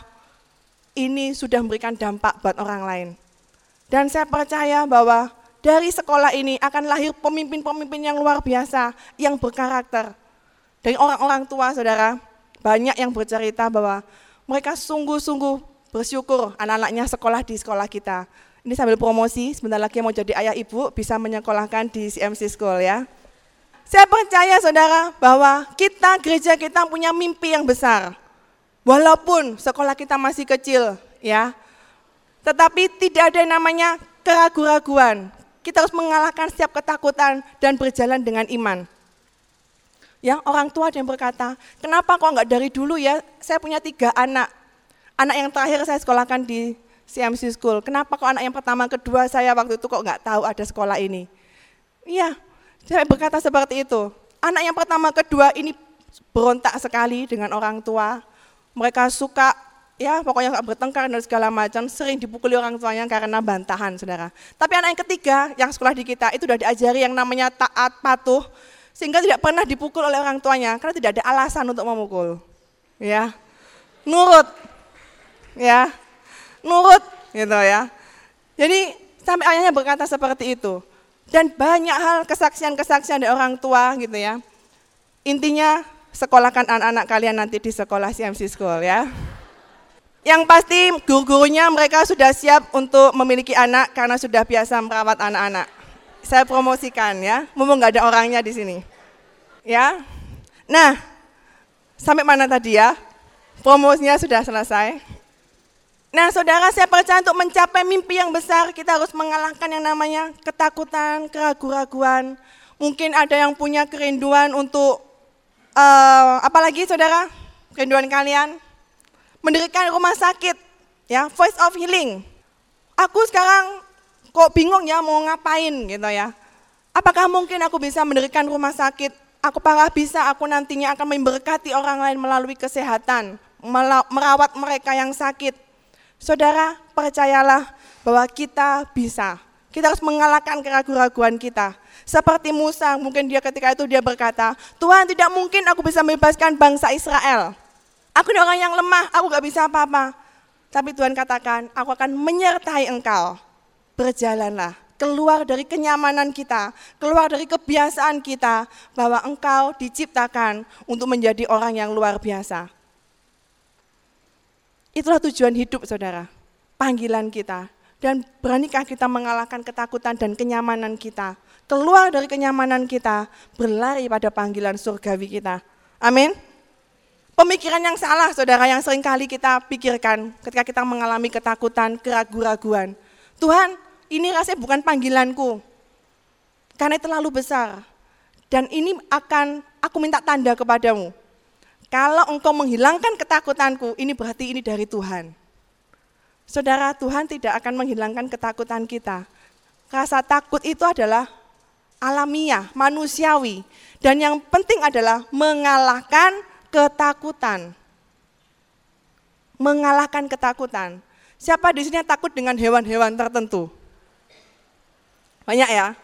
ini sudah memberikan dampak buat orang lain. Dan saya percaya bahwa dari sekolah ini akan lahir pemimpin-pemimpin yang luar biasa, yang berkarakter. Dari orang-orang tua saudara, banyak yang bercerita bahwa mereka sungguh-sungguh bersyukur anak-anaknya sekolah di sekolah kita. Ini sambil promosi, sebentar lagi mau jadi ayah ibu bisa menyekolahkan di CMC School ya. Saya percaya saudara bahwa kita, gereja kita punya mimpi yang besar. Walaupun sekolah kita masih kecil ya, tetapi tidak ada yang namanya keraguan-raguan. Kita harus mengalahkan setiap ketakutan dan berjalan dengan iman. Ya, orang tua ada yang berkata, kenapa kok enggak dari dulu ya, saya punya 3 anak. Anak yang terakhir saya sekolahkan di CMC School. Kenapa kok anak yang pertama, kedua saya waktu itu kok enggak tahu ada sekolah ini? Iya, saya berkata seperti itu. Anak yang pertama, kedua ini berontak sekali dengan orang tua. Mereka suka, ya pokoknya enggak bertengkar dan segala macam, sering dipukuli orang tuanya karena bantahan, saudara. Tapi anak yang ketiga, yang sekolah di kita, itu sudah diajari yang namanya taat, patuh, sehingga tidak pernah dipukul oleh orang tuanya, karena tidak ada alasan untuk memukul. Ya, nurut, ya, nurut, gitu ya. Jadi sampai ayahnya berkata seperti itu. Dan banyak hal kesaksian-kesaksian dari orang tua, gitu ya. Intinya sekolahkan anak-anak kalian nanti di sekolah CMC School ya. Yang pasti guru-gurunya mereka sudah siap untuk memiliki anak karena sudah biasa merawat anak-anak. Saya promosikan ya, mumpung nggak ada orangnya di sini. Ya, nah sampai mana tadi ya? Promosinya sudah selesai. Nah saudara, saya percaya untuk mencapai mimpi yang besar kita harus mengalahkan yang namanya ketakutan, keraguan-raguan. Mungkin ada yang punya kerinduan untuk apalagi saudara, kerinduan kalian mendirikan rumah sakit, ya, Voice of Healing. Aku sekarang kok bingung ya mau ngapain gitu ya. Apakah mungkin aku bisa mendirikan rumah sakit? Apakah bisa aku nantinya akan memberkati orang lain melalui kesehatan, merawat mereka yang sakit? Saudara, percayalah bahwa kita bisa. Kita harus mengalahkan keraguan-raguan kita. Seperti Musa, mungkin dia ketika itu dia berkata, Tuhan, tidak mungkin aku bisa membebaskan bangsa Israel. Aku ini orang yang lemah, aku gak bisa apa-apa. Tapi Tuhan katakan, aku akan menyertai engkau. Berjalanlah, keluar dari kenyamanan kita, keluar dari kebiasaan kita, bahwa engkau diciptakan untuk menjadi orang yang luar biasa. Itulah tujuan hidup saudara, panggilan kita. Dan beranikah kita mengalahkan ketakutan dan kenyamanan kita, keluar dari kenyamanan kita, berlari pada panggilan surgawi kita. Amin. Pemikiran yang salah, saudara, yang sering kali kita pikirkan ketika kita mengalami ketakutan, keraguan-raguan. Tuhan, ini rasanya bukan panggilanku, karena terlalu besar. Dan ini aku minta tanda kepadamu. Kalau engkau menghilangkan ketakutanku, ini berarti ini dari Tuhan. Saudara, Tuhan tidak akan menghilangkan ketakutan kita. Rasa takut itu adalah alamiah, manusiawi. Dan yang penting adalah mengalahkan ketakutan. Mengalahkan ketakutan. Siapa di sini yang takut dengan hewan-hewan tertentu? Banyak ya?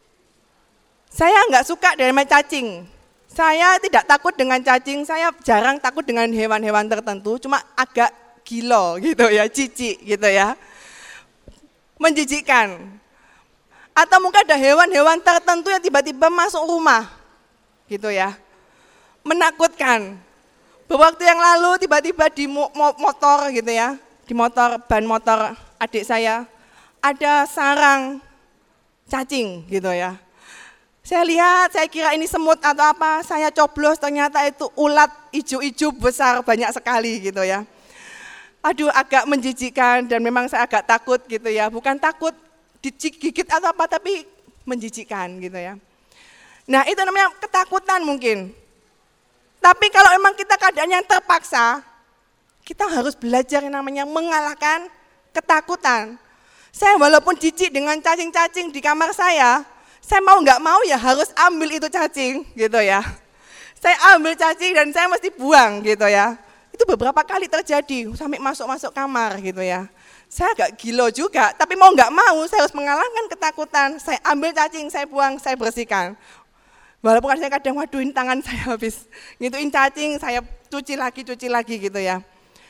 Saya enggak suka dengan cacing. Saya tidak takut dengan cacing, saya jarang takut dengan hewan-hewan tertentu, cuma agak gilo gitu ya, jijik gitu ya. Menjijikkan. Atau mungkin ada hewan-hewan tertentu yang tiba-tiba masuk rumah. Gitu ya. Menakutkan. Beberapa waktu yang lalu tiba-tiba di motor gitu ya, di ban motor adik saya, ada sarang cacing gitu ya. Saya lihat, saya kira ini semut atau apa, saya coblos ternyata itu ulat ijo-ijo besar banyak sekali gitu ya. Aduh, agak menjijikkan dan memang saya agak takut gitu ya, bukan takut digigit atau apa, tapi menjijikkan gitu ya. Nah itu namanya ketakutan mungkin. Tapi kalau memang kita keadaan yang terpaksa, kita harus belajar yang namanya mengalahkan ketakutan. Saya walaupun jijik dengan cacing-cacing di kamar saya mau nggak mau ya harus ambil itu cacing gitu ya. Saya ambil cacing dan saya mesti buang gitu ya. Itu beberapa kali terjadi sampai masuk kamar gitu ya. Saya agak gilo juga, tapi mau nggak mau saya harus mengalahkan ketakutan. Saya ambil cacing, saya buang, saya bersihkan. Walaupun saya kadang, waduh ini tangan saya habis ngituin cacing, saya cuci lagi gitu ya.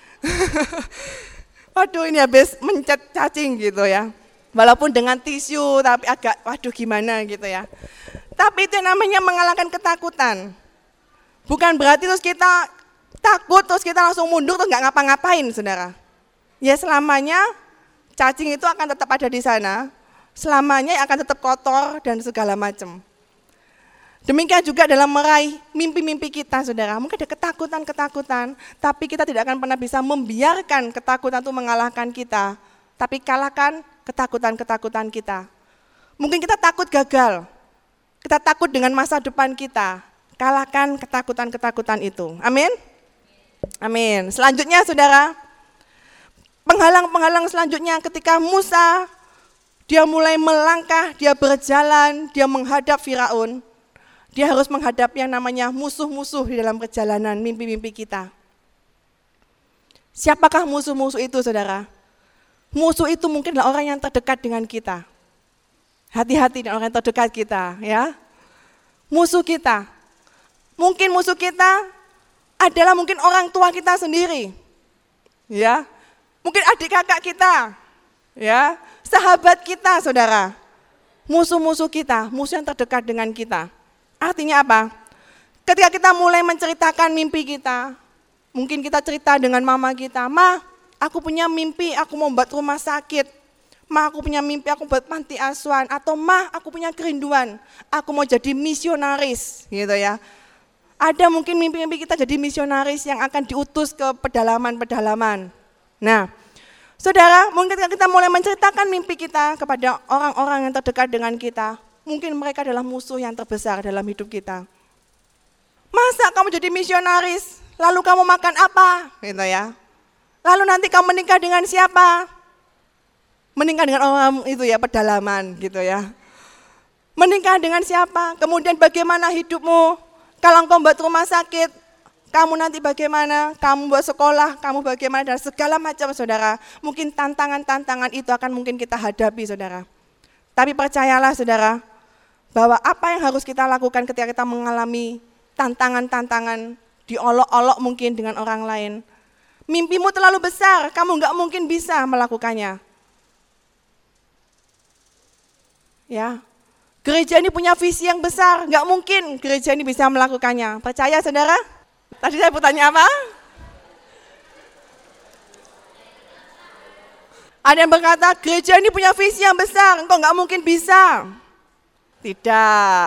Waduh ini habis mencet cacing gitu ya. Walaupun dengan tisu, tapi agak, waduh gimana gitu ya. Tapi itu namanya mengalahkan ketakutan. Bukan berarti terus kita takut, terus kita langsung mundur, terus nggak ngapa-ngapain saudara. Ya selamanya cacing itu akan tetap ada di sana, selamanya akan tetap kotor dan segala macam. Demikian juga dalam meraih mimpi-mimpi kita, saudara. Mungkin ada ketakutan-ketakutan, tapi kita tidak akan pernah bisa membiarkan ketakutan itu mengalahkan kita. Tapi kalahkan ketakutan-ketakutan kita. Mungkin kita takut gagal, kita takut dengan masa depan kita. Kalahkan ketakutan-ketakutan itu. Amin? Amin. Selanjutnya, saudara, penghalang-penghalang selanjutnya ketika Musa, dia mulai melangkah, dia berjalan, dia menghadap Firaun. Dia harus menghadapi yang namanya musuh-musuh di dalam perjalanan mimpi-mimpi kita. Siapakah musuh-musuh itu, saudara? Musuh itu mungkin adalah orang yang terdekat dengan kita. Hati-hati dengan orang yang terdekat kita, ya. Musuh kita. Mungkin musuh kita adalah mungkin orang tua kita sendiri. Ya. Mungkin adik kakak kita. Ya. Sahabat kita, saudara. Musuh-musuh kita, musuh yang terdekat dengan kita. Artinya apa? Ketika kita mulai menceritakan mimpi kita, mungkin kita cerita dengan mama kita, "Ma, Aku punya mimpi, aku mau buat rumah sakit. Ma, aku punya mimpi, aku buat panti asuhan. Atau ma, aku punya kerinduan, aku mau jadi misionaris, gitu ya. Ada mungkin mimpi-mimpi kita jadi misionaris yang akan diutus ke pedalaman-pedalaman. Nah, saudara, mungkin ketika kita mulai menceritakan mimpi kita kepada orang-orang yang terdekat dengan kita, mungkin mereka adalah musuh yang terbesar dalam hidup kita. Masa kamu jadi misionaris, lalu kamu makan apa? Gitu ya. Lalu nanti kamu menikah dengan siapa? Menikah dengan orang itu ya, pedalaman gitu ya. Menikah dengan siapa? Kemudian bagaimana hidupmu? Kalau engkau buat rumah sakit, kamu nanti bagaimana? Kamu buat sekolah, kamu bagaimana? Dan segala macam saudara. Mungkin tantangan-tantangan itu akan mungkin kita hadapi saudara. Tapi percayalah saudara, bahwa apa yang harus kita lakukan ketika kita mengalami tantangan-tantangan, diolok-olok mungkin dengan orang lain. Mimpimu terlalu besar, kamu nggak mungkin bisa melakukannya. Ya, gereja ini punya visi yang besar, nggak mungkin gereja ini bisa melakukannya. Percaya saudara? Tadi saya bertanya apa? Ada yang berkata, gereja ini punya visi yang besar, engkau nggak mungkin bisa. Tidak.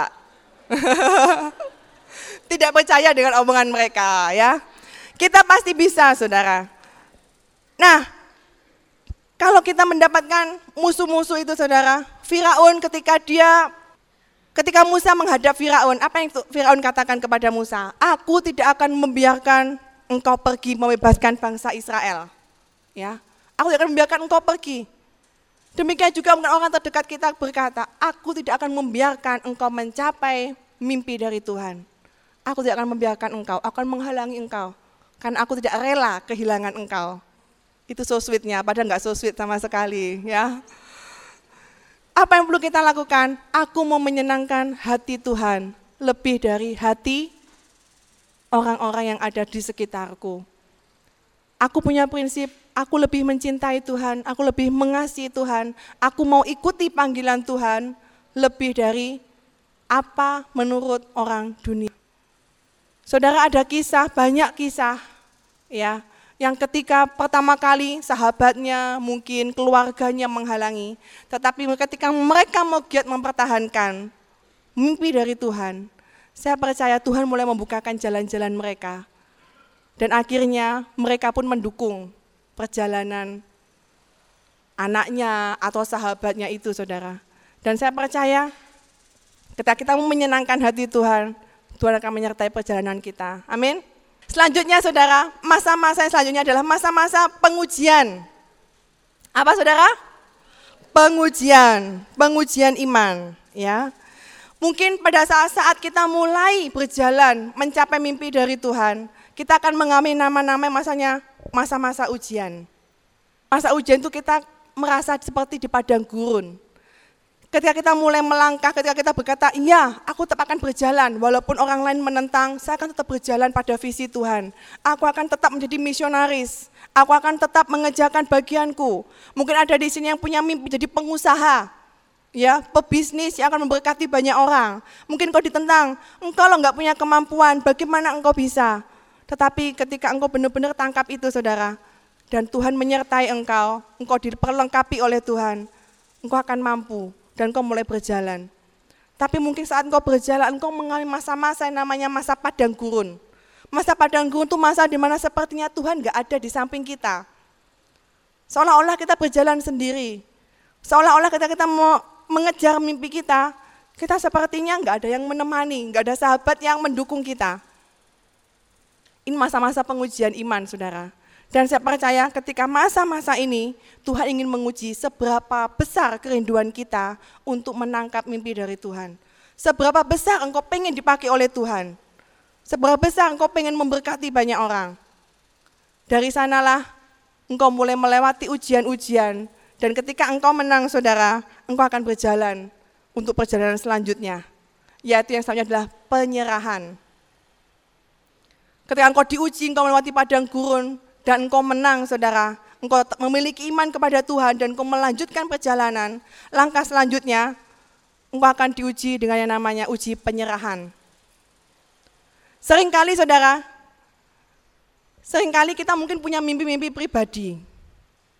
Tidak percaya dengan omongan mereka ya. Kita pasti bisa saudara. Nah, kalau kita mendapatkan musuh-musuh itu saudara, Firaun ketika Musa menghadap Firaun, apa yang Firaun katakan kepada Musa? Aku tidak akan membiarkan engkau pergi membebaskan bangsa Israel. Ya, aku tidak akan membiarkan engkau pergi. Demikian juga mungkin orang terdekat kita berkata, aku tidak akan membiarkan engkau mencapai mimpi dari Tuhan. Aku tidak akan membiarkan engkau, aku akan menghalangi engkau. Karena aku tidak rela kehilangan engkau. Itu so sweetnya, padahal nggak so sweet sama sekali. Ya. Apa yang perlu kita lakukan? Aku mau menyenangkan hati Tuhan lebih dari hati orang-orang yang ada di sekitarku. Aku punya prinsip, aku lebih mencintai Tuhan, aku lebih mengasihi Tuhan, aku mau ikuti panggilan Tuhan lebih dari apa menurut orang dunia. Saudara, ada kisah, banyak kisah ya, yang ketika pertama kali sahabatnya, mungkin keluarganya menghalangi, tetapi ketika mereka mau giat mempertahankan mimpi dari Tuhan, saya percaya Tuhan mulai membukakan jalan-jalan mereka. Dan akhirnya mereka pun mendukung perjalanan anaknya atau sahabatnya itu saudara. Dan saya percaya ketika kita mau menyenangkan hati Tuhan, Tuhan akan menyertai perjalanan kita. Amin. Selanjutnya saudara, masa-masa yang selanjutnya adalah masa-masa pengujian. Apa saudara? Pengujian iman. Ya. Mungkin pada saat-saat kita mulai berjalan mencapai mimpi dari Tuhan, kita akan mengalami nama-nama masa-masa ujian. Masa ujian itu kita merasa seperti di padang gurun. Ketika kita mulai melangkah, ketika kita berkata, iya aku tetap akan berjalan, walaupun orang lain menentang, saya akan tetap berjalan pada visi Tuhan. Aku akan tetap menjadi misionaris, aku akan tetap mengerjakan bagianku. Mungkin ada di sini yang punya mimpi jadi pengusaha, ya, pebisnis yang akan memberkati banyak orang. Mungkin kau ditentang, engkau lo nggak punya kemampuan, bagaimana engkau bisa? Tetapi ketika engkau benar-benar tangkap itu saudara, dan Tuhan menyertai engkau diperlengkapi oleh Tuhan, engkau akan mampu. Dan engkau mulai berjalan. Tapi mungkin saat engkau berjalan, engkau mengalami masa-masa yang namanya masa padang gurun. Masa padang gurun itu masa di mana sepertinya Tuhan gak ada di samping kita. Seolah-olah kita berjalan sendiri. Seolah-olah kita mau mengejar mimpi kita sepertinya gak ada yang menemani, gak ada sahabat yang mendukung kita. Ini masa-masa pengujian iman saudara. Dan saya percaya ketika masa-masa ini, Tuhan ingin menguji seberapa besar kerinduan kita untuk menangkap mimpi dari Tuhan. Seberapa besar engkau pengen dipakai oleh Tuhan. Seberapa besar engkau pengen memberkati banyak orang. Dari sanalah engkau mulai melewati ujian-ujian. Dan ketika engkau menang saudara, engkau akan berjalan untuk perjalanan selanjutnya. Yaitu yang selanjutnya adalah penyerahan. Ketika engkau diuji, engkau melewati padang gurun, dan engkau menang saudara, engkau memiliki iman kepada Tuhan dan engkau melanjutkan perjalanan, langkah selanjutnya engkau akan diuji dengan yang namanya uji penyerahan. Seringkali saudara, kita mungkin punya mimpi-mimpi pribadi.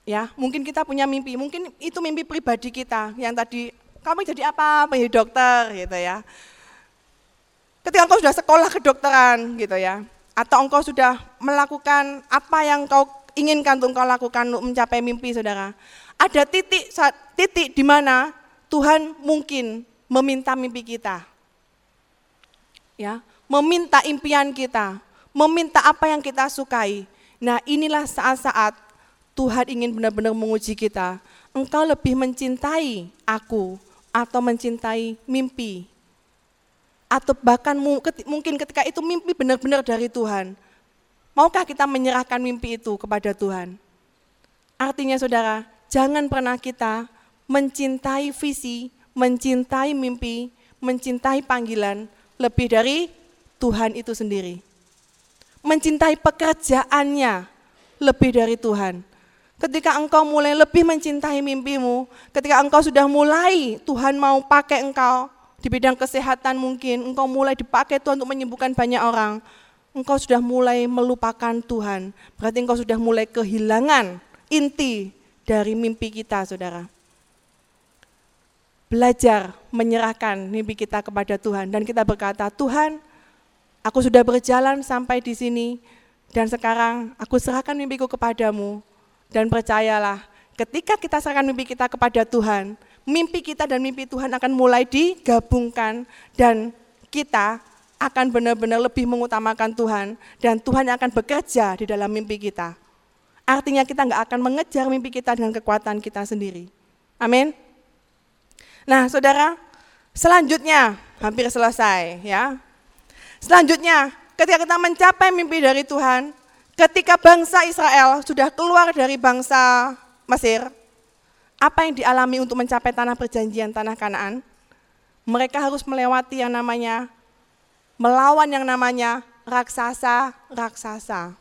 Ya, mungkin kita punya mimpi, mungkin itu mimpi pribadi kita yang tadi, kamu jadi apa? Menjadi dokter gitu ya. Ketika engkau sudah sekolah kedokteran gitu ya, atau engkau sudah melakukan apa yang kau inginkan untuk engkau lakukan untuk mencapai mimpi saudara. Ada titik di mana Tuhan mungkin meminta mimpi kita. Ya, meminta impian kita, meminta apa yang kita sukai. Nah, inilah saat-saat Tuhan ingin benar-benar menguji kita. Engkau lebih mencintai aku atau mencintai mimpi? Atau bahkan mungkin ketika itu mimpi benar-benar dari Tuhan. Maukah kita menyerahkan mimpi itu kepada Tuhan? Artinya saudara, jangan pernah kita mencintai visi, mencintai mimpi, mencintai panggilan lebih dari Tuhan itu sendiri. Mencintai pekerjaannya lebih dari Tuhan. Ketika engkau mulai lebih mencintai mimpimu, ketika engkau sudah mulai Tuhan mau pakai engkau di bidang kesehatan mungkin, engkau mulai dipakai Tuhan untuk menyembuhkan banyak orang, engkau sudah mulai melupakan Tuhan. Berarti engkau sudah mulai kehilangan inti dari mimpi kita, saudara. Belajar menyerahkan mimpi kita kepada Tuhan dan kita berkata, Tuhan, aku sudah berjalan sampai di sini dan sekarang aku serahkan mimpiku kepadamu. Dan percayalah, ketika kita serahkan mimpi kita kepada Tuhan, mimpi kita dan mimpi Tuhan akan mulai digabungkan dan kita akan benar-benar lebih mengutamakan Tuhan dan Tuhan akan bekerja di dalam mimpi kita. Artinya kita nggak akan mengejar mimpi kita dengan kekuatan kita sendiri. Amin. Nah, saudara, selanjutnya hampir selesai ya. Selanjutnya, ketika kita mencapai mimpi dari Tuhan, ketika bangsa Israel sudah keluar dari bangsa Mesir, apa yang dialami untuk mencapai tanah perjanjian, tanah Kanaan? Mereka harus melewati yang namanya, melawan yang namanya raksasa-raksasa.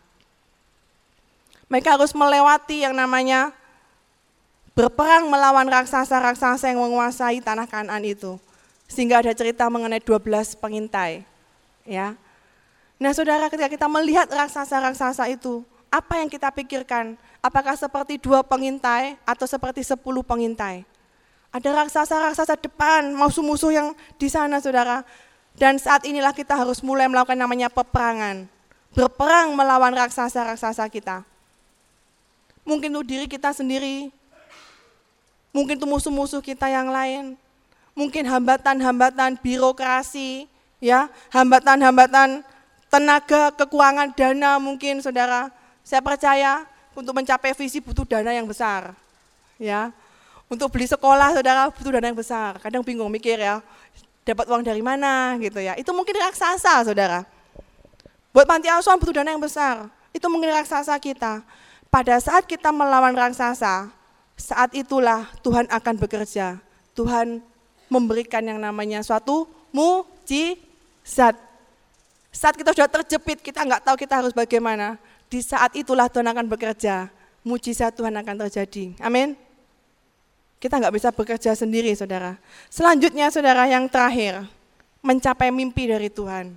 Mereka harus melewati yang namanya berperang melawan raksasa-raksasa yang menguasai tanah Kanaan itu. Sehingga ada cerita mengenai 12 pengintai. Ya. Nah saudara, ketika kita melihat raksasa-raksasa itu, apa yang kita pikirkan? Apakah seperti 2 pengintai atau seperti 10 pengintai? Ada raksasa-raksasa depan, musuh-musuh yang di sana saudara. Dan saat inilah kita harus mulai melakukan namanya peperangan. Berperang melawan raksasa-raksasa kita. Mungkin untuk diri kita sendiri, mungkin untuk musuh-musuh kita yang lain, mungkin hambatan-hambatan birokrasi, ya, hambatan-hambatan tenaga, kekurangan dana mungkin saudara. Saya percaya untuk mencapai visi butuh dana yang besar. Ya. Untuk beli sekolah saudara butuh dana yang besar. Kadang bingung mikir ya, dapat uang dari mana gitu ya. Itu mungkin raksasa saudara. Buat panti asuhan butuh dana yang besar. Itu mungkin raksasa kita. Pada saat kita melawan raksasa, saat itulah Tuhan akan bekerja. Tuhan memberikan yang namanya suatu mukjizat. Saat kita sudah terjepit, kita nggak tahu kita harus bagaimana. Di saat itulah Tuhan akan bekerja. Mukjizat Tuhan akan terjadi. Amin. Kita nggak bisa bekerja sendiri, saudara. Selanjutnya, saudara, yang terakhir, mencapai mimpi dari Tuhan.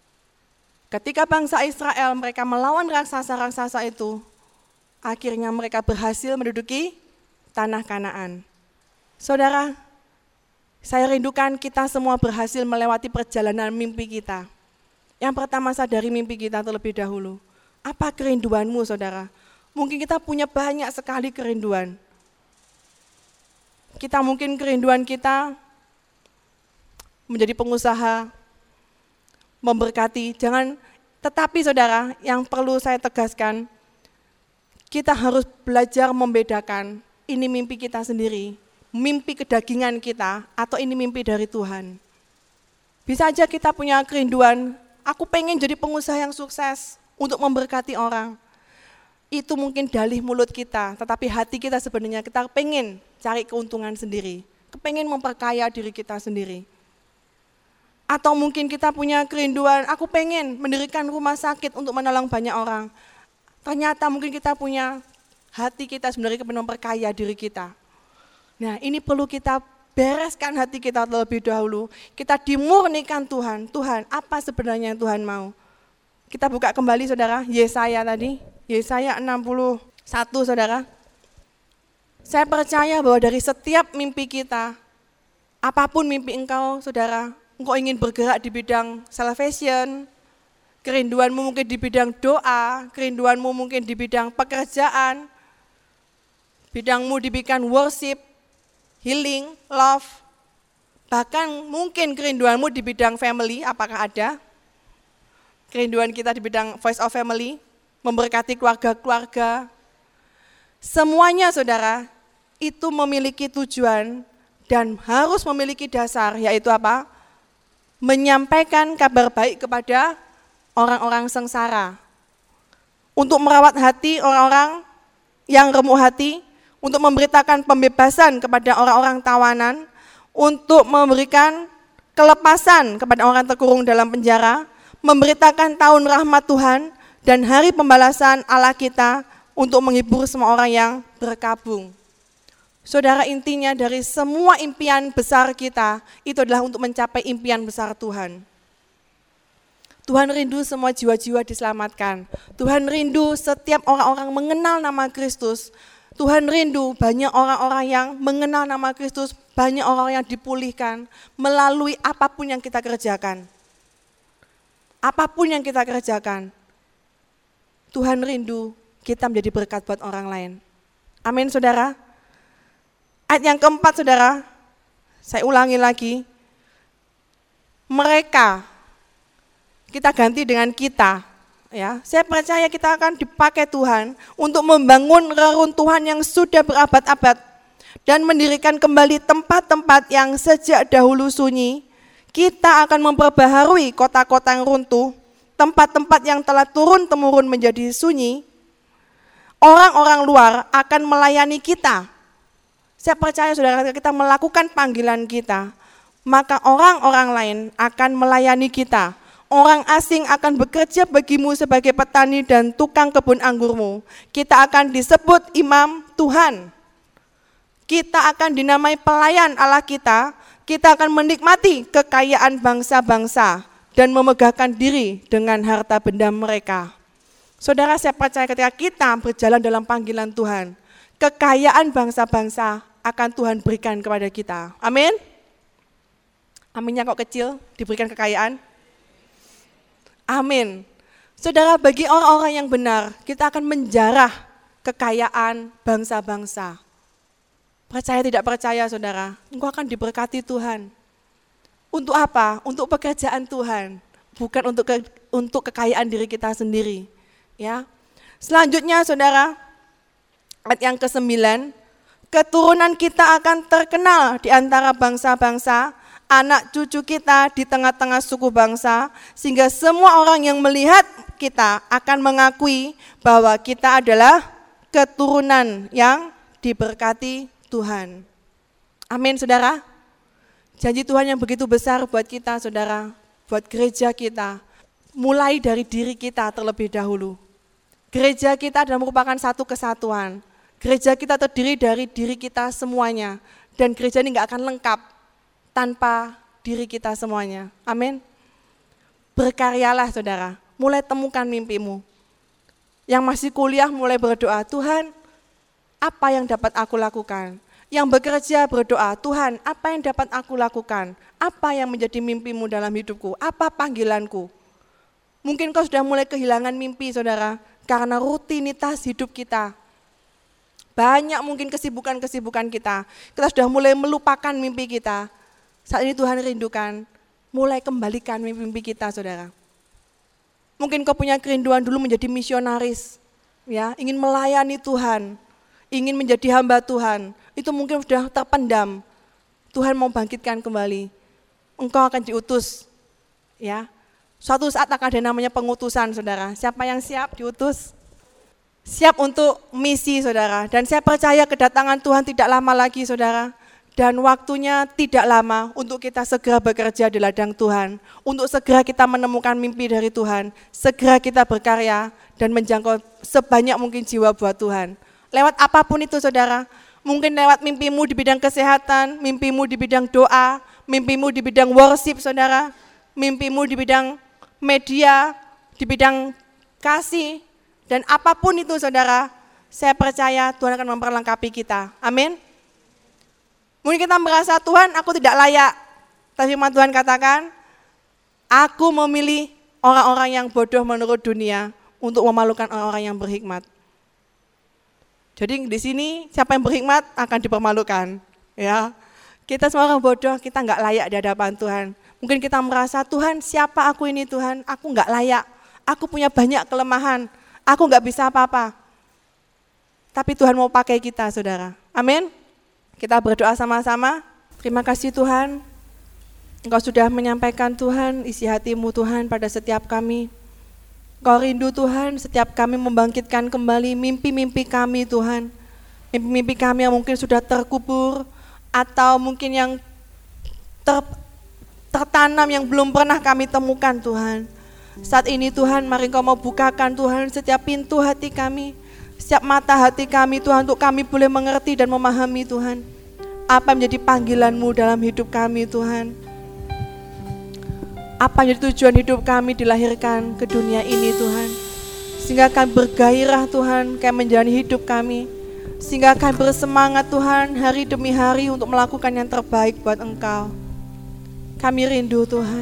Ketika bangsa Israel mereka melawan raksasa-raksasa itu, akhirnya mereka berhasil menduduki tanah Kanaan. Saudara, saya rindukan kita semua berhasil melewati perjalanan mimpi kita. Yang pertama sadari mimpi kita terlebih dahulu. Apa kerinduanmu saudara? Mungkin kita punya banyak sekali kerinduan. Kita mungkin kerinduan kita menjadi pengusaha, memberkati. Tetapi saudara, yang perlu saya tegaskan, kita harus belajar membedakan ini mimpi kita sendiri, mimpi kedagingan kita, atau ini mimpi dari Tuhan. Bisa aja kita punya kerinduan, aku pengen jadi pengusaha yang sukses untuk memberkati orang. Itu mungkin dalih mulut kita, tetapi hati kita sebenarnya kita pengen cari keuntungan sendiri, kepengen memperkaya diri kita sendiri. Atau mungkin kita punya kerinduan, aku pengen mendirikan rumah sakit untuk menolong banyak orang. Ternyata mungkin kita punya hati kita sebenarnya pengen memperkaya diri kita. Nah ini perlu kita bereskan hati kita terlebih dahulu. Kita dimurnikan Tuhan. Tuhan, apa sebenarnya yang Tuhan mau? Kita buka kembali saudara, Yesaya tadi. Yesaya 61 saudara. Saya percaya bahwa dari setiap mimpi kita, apapun mimpi engkau, saudara, engkau ingin bergerak di bidang salvation, kerinduanmu mungkin di bidang doa, kerinduanmu mungkin di bidang pekerjaan, bidangmu di bidang worship, healing, love, bahkan mungkin kerinduanmu di bidang family, apakah ada? Kerinduan kita di bidang voice of family, memberkati keluarga-keluarga. Semuanya saudara, itu memiliki tujuan dan harus memiliki dasar, yaitu apa? Menyampaikan kabar baik kepada orang-orang sengsara. Untuk merawat hati orang-orang yang remuk hati, untuk memberitakan pembebasan kepada orang-orang tawanan, untuk memberikan kelepasan kepada orang terkurung dalam penjara, memberitakan tahun rahmat Tuhan dan hari pembalasan Allah kita untuk menghibur semua orang yang berkabung. Saudara, intinya dari semua impian besar kita, itu adalah untuk mencapai impian besar Tuhan. Tuhan rindu semua jiwa-jiwa diselamatkan. Tuhan rindu setiap orang-orang mengenal nama Kristus. Tuhan rindu banyak orang-orang yang mengenal nama Kristus, banyak orang yang dipulihkan melalui apapun yang kita kerjakan. Apapun yang kita kerjakan, Tuhan rindu kita menjadi berkat buat orang lain. Amin, saudara. Ayat yang keempat, saudara, saya ulangi lagi. Mereka, kita ganti dengan kita. Ya, saya percaya kita akan dipakai Tuhan untuk membangun reruntuhan yang sudah berabad-abad dan mendirikan kembali tempat-tempat yang sejak dahulu sunyi. Kita akan memperbaharui kota-kota yang runtuh, tempat-tempat yang telah turun-temurun menjadi sunyi. Orang-orang luar akan melayani kita. Saya percaya saudara, kita melakukan panggilan kita, maka orang-orang lain akan melayani kita. Orang asing akan bekerja bagimu sebagai petani dan tukang kebun anggurmu. Kita akan disebut imam Tuhan. Kita akan dinamai pelayan Allah kita. Kita akan menikmati kekayaan bangsa-bangsa dan memegahkan diri dengan harta benda mereka. Saudara, saya percaya ketika kita berjalan dalam panggilan Tuhan, kekayaan bangsa-bangsa akan Tuhan berikan kepada kita. Amin. Aminnya kok kecil, diberikan kekayaan. Amin. Saudara, bagi orang-orang yang benar, kita akan menjarah kekayaan bangsa-bangsa. Percaya tidak percaya, saudara, engkau akan diberkati Tuhan. Untuk apa? Untuk pekerjaan Tuhan, bukan untuk kekayaan diri kita sendiri. Ya. Selanjutnya, saudara, ayat yang ke-9, keturunan kita akan terkenal di antara bangsa-bangsa, anak cucu kita di tengah-tengah suku bangsa, sehingga semua orang yang melihat kita akan mengakui bahwa kita adalah keturunan yang diberkati Tuhan. Amin, saudara. Janji Tuhan yang begitu besar buat kita, saudara, buat gereja kita, mulai dari diri kita terlebih dahulu. Gereja kita adalah merupakan satu kesatuan. Gereja kita terdiri dari diri kita semuanya, dan gereja ini gak akan lengkap tanpa diri kita semuanya. Amin. Berkaryalah, saudara, mulai temukan mimpimu. Yang masih kuliah mulai berdoa, Tuhan, apa yang dapat aku lakukan? Yang bekerja berdoa, Tuhan, apa yang dapat aku lakukan? Apa yang menjadi mimpimu dalam hidupku? Apa panggilanku? Mungkin kau sudah mulai kehilangan mimpi, saudara, karena rutinitas hidup kita. Banyak mungkin kesibukan-kesibukan kita. Kita sudah mulai melupakan mimpi kita. Saat ini Tuhan rindukan, mulai kembalikan mimpi kita, saudara. Mungkin kau punya kerinduan dulu menjadi misionaris, ya, ingin melayani Tuhan, ingin menjadi hamba Tuhan. Itu mungkin sudah terpendam. Tuhan mau bangkitkan kembali. Engkau akan diutus, ya. Suatu saat akan ada namanya pengutusan, saudara. Siapa yang siap diutus? Siap untuk misi, saudara. Dan saya percaya kedatangan Tuhan tidak lama lagi, saudara. Dan waktunya tidak lama untuk kita segera bekerja di ladang Tuhan. Untuk segera kita menemukan mimpi dari Tuhan. Segera kita berkarya dan menjangkau sebanyak mungkin jiwa buat Tuhan. Lewat apapun itu, saudara. Mungkin lewat mimpimu di bidang kesehatan, mimpimu di bidang doa, mimpimu di bidang worship, saudara. Mimpimu di bidang media, di bidang kasih. Dan apapun itu, saudara, saya percaya Tuhan akan memperlengkapi kita. Amin. Mungkin kita merasa, Tuhan aku tidak layak. Tapi firman Tuhan katakan, aku memilih orang-orang yang bodoh menurut dunia untuk memalukan orang-orang yang berhikmat. Jadi di sini siapa yang berhikmat akan dipermalukan. Ya, kita semua orang bodoh, kita nggak layak di hadapan Tuhan. Mungkin kita merasa, Tuhan siapa aku ini Tuhan, aku nggak layak. Aku punya banyak kelemahan, aku nggak bisa apa-apa. Tapi Tuhan mau pakai kita, saudara. Amin. Kita berdoa sama-sama. Terima kasih Tuhan. Engkau sudah menyampaikan Tuhan isi hati-Mu Tuhan pada setiap kami. Engkau rindu Tuhan setiap kami membangkitkan kembali mimpi-mimpi kami Tuhan. Mimpi-mimpi kami yang mungkin sudah terkubur atau mungkin yang tertanam yang belum pernah kami temukan Tuhan. Saat ini Tuhan mari Engkau mau bukakan Tuhan setiap pintu hati kami, setiap mata hati kami Tuhan untuk kami boleh mengerti dan memahami Tuhan. Apa menjadi panggilan-Mu dalam hidup kami Tuhan. Apa yang jadi tujuan hidup kami dilahirkan ke dunia ini Tuhan. Sehingga kami bergairah Tuhan, kami menjalani hidup kami. Sehingga kami bersemangat Tuhan hari demi hari untuk melakukan yang terbaik buat Engkau. Kami rindu Tuhan.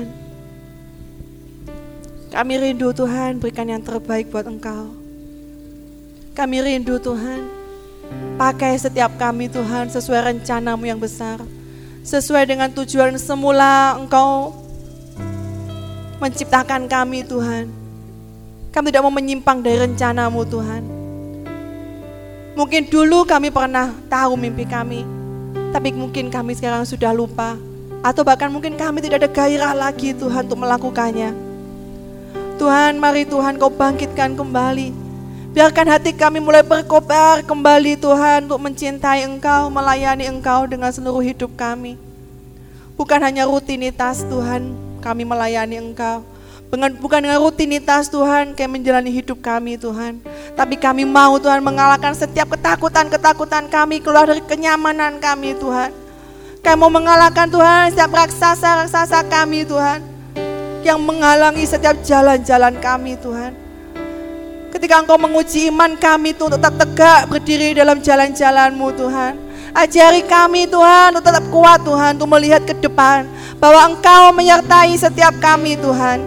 Kami rindu Tuhan berikan yang terbaik buat Engkau. Kami rindu Tuhan. Pakai setiap kami Tuhan sesuai rencana-Mu yang besar. Sesuai dengan tujuan semula Engkau menciptakan kami Tuhan. Kami tidak mau menyimpang dari rencana-Mu Tuhan. Mungkin dulu kami pernah tahu mimpi kami, tapi mungkin kami sekarang sudah lupa. Atau bahkan mungkin kami tidak ada gairah lagi Tuhan untuk melakukannya. Tuhan mari Tuhan Kau bangkitkan kembali. Biarkan hati kami mulai berkobar kembali Tuhan untuk mencintai Engkau, melayani Engkau dengan seluruh hidup kami. Bukan hanya rutinitas Tuhan kami melayani Engkau. Bukan dengan rutinitas Tuhan kami menjalani hidup kami Tuhan. Tapi kami mau Tuhan mengalahkan setiap ketakutan-ketakutan kami, keluar dari kenyamanan kami Tuhan. Kami mau mengalahkan Tuhan setiap raksasa-raksasa kami Tuhan, yang menghalangi setiap jalan-jalan kami Tuhan. Ketika Engkau menguji iman kami Tuhan untuk tetap tegak berdiri dalam jalan-jalan-Mu Tuhan. Ajari kami Tuhan untuk tetap kuat Tuhan, untuk melihat ke depan, bahwa Engkau menyertai setiap kami Tuhan.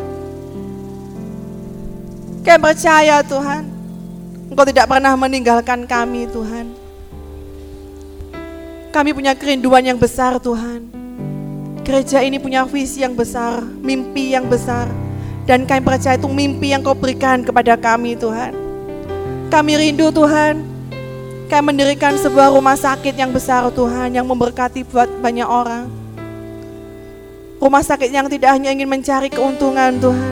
Kami percaya Tuhan, Engkau tidak pernah meninggalkan kami Tuhan. Kami punya kerinduan yang besar Tuhan. Gereja ini punya visi yang besar, mimpi yang besar. Dan kami percaya itu mimpi yang Kau berikan kepada kami Tuhan. Kami rindu Tuhan, kami mendirikan sebuah rumah sakit yang besar Tuhan, yang memberkati buat banyak orang. Rumah sakit yang tidak hanya ingin mencari keuntungan Tuhan,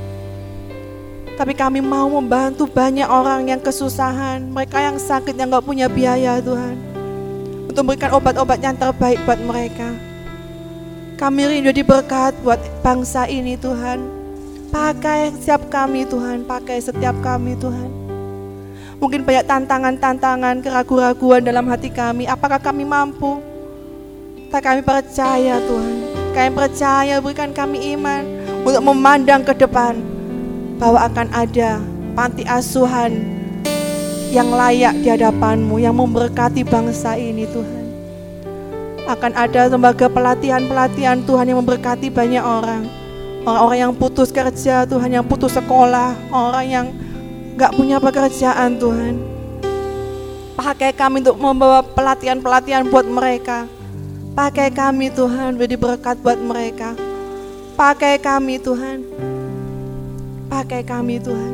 tapi kami mau membantu banyak orang yang kesusahan, mereka yang sakit, yang gak punya biaya Tuhan, untuk memberikan obat-obat yang terbaik buat mereka. Kami rindu diberkat buat bangsa ini Tuhan. Pakai setiap kami Tuhan, pakai setiap kami Tuhan. Mungkin banyak tantangan-tantangan, keraguan-keraguan dalam hati kami. Apakah kami mampu? Tak, kami percaya Tuhan. Kami percaya, berikan kami iman untuk memandang ke depan bahwa akan ada panti asuhan yang layak di hadapan-Mu, yang memberkati bangsa ini Tuhan. Akan ada lembaga pelatihan-pelatihan Tuhan yang memberkati banyak orang. Orang-orang yang putus kerja Tuhan, yang putus sekolah, orang yang gak punya pekerjaan Tuhan. Pakai kami untuk membawa pelatihan-pelatihan buat mereka. Pakai kami Tuhan, beri berkat buat mereka. Pakai kami Tuhan. Pakai kami Tuhan.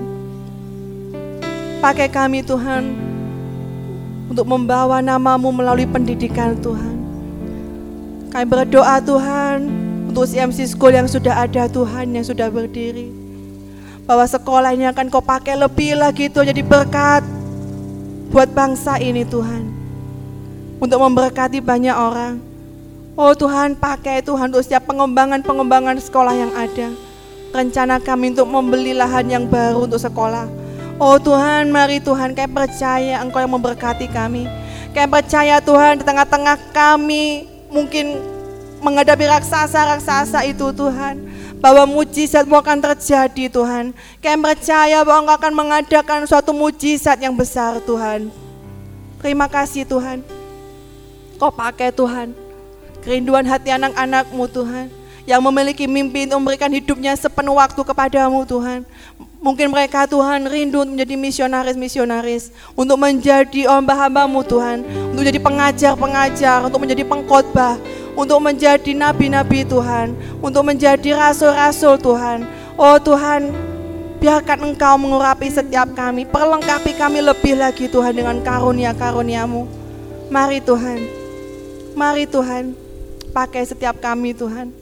Pakai kami Tuhan untuk membawa nama-Mu melalui pendidikan Tuhan. Kami berdoa Tuhan untuk CMC School yang sudah ada Tuhan, yang sudah berdiri, bahwa sekolah ini akan Kau pakai lebih lagi Tuhan, jadi berkat buat bangsa ini Tuhan, untuk memberkati banyak orang. Oh Tuhan, pakai Tuhan untuk setiap pengembangan sekolah yang ada. Rencana kami untuk membeli lahan yang baru untuk sekolah. Oh Tuhan, mari Tuhan, kami percaya Engkau yang memberkati kami. Kami percaya Tuhan, di tengah-tengah kami mungkin menghadapi raksasa-raksasa itu Tuhan. bahwa mujizat-Mu akan terjadi Tuhan. Kami percaya bahwa Engkau akan mengadakan suatu mujizat yang besar Tuhan. Terima kasih Tuhan. Kau pakai Tuhan kerinduan hati anak-anak-Mu Tuhan, yang memiliki mimpi untuk memberikan hidupnya sepenuh waktu kepadamu Tuhan. Mungkin mereka Tuhan rindu untuk menjadi misionaris-misionaris, untuk menjadi hamba-hamba-Mu Tuhan, untuk menjadi pengajar-pengajar, untuk menjadi pengkhotbah, untuk menjadi nabi-nabi Tuhan, untuk menjadi rasul-rasul Tuhan. Oh Tuhan, biarkan Engkau mengurapi setiap kami, perlengkapi kami lebih lagi Tuhan dengan karunia-karunia-Mu. Mari Tuhan, pakai setiap kami Tuhan.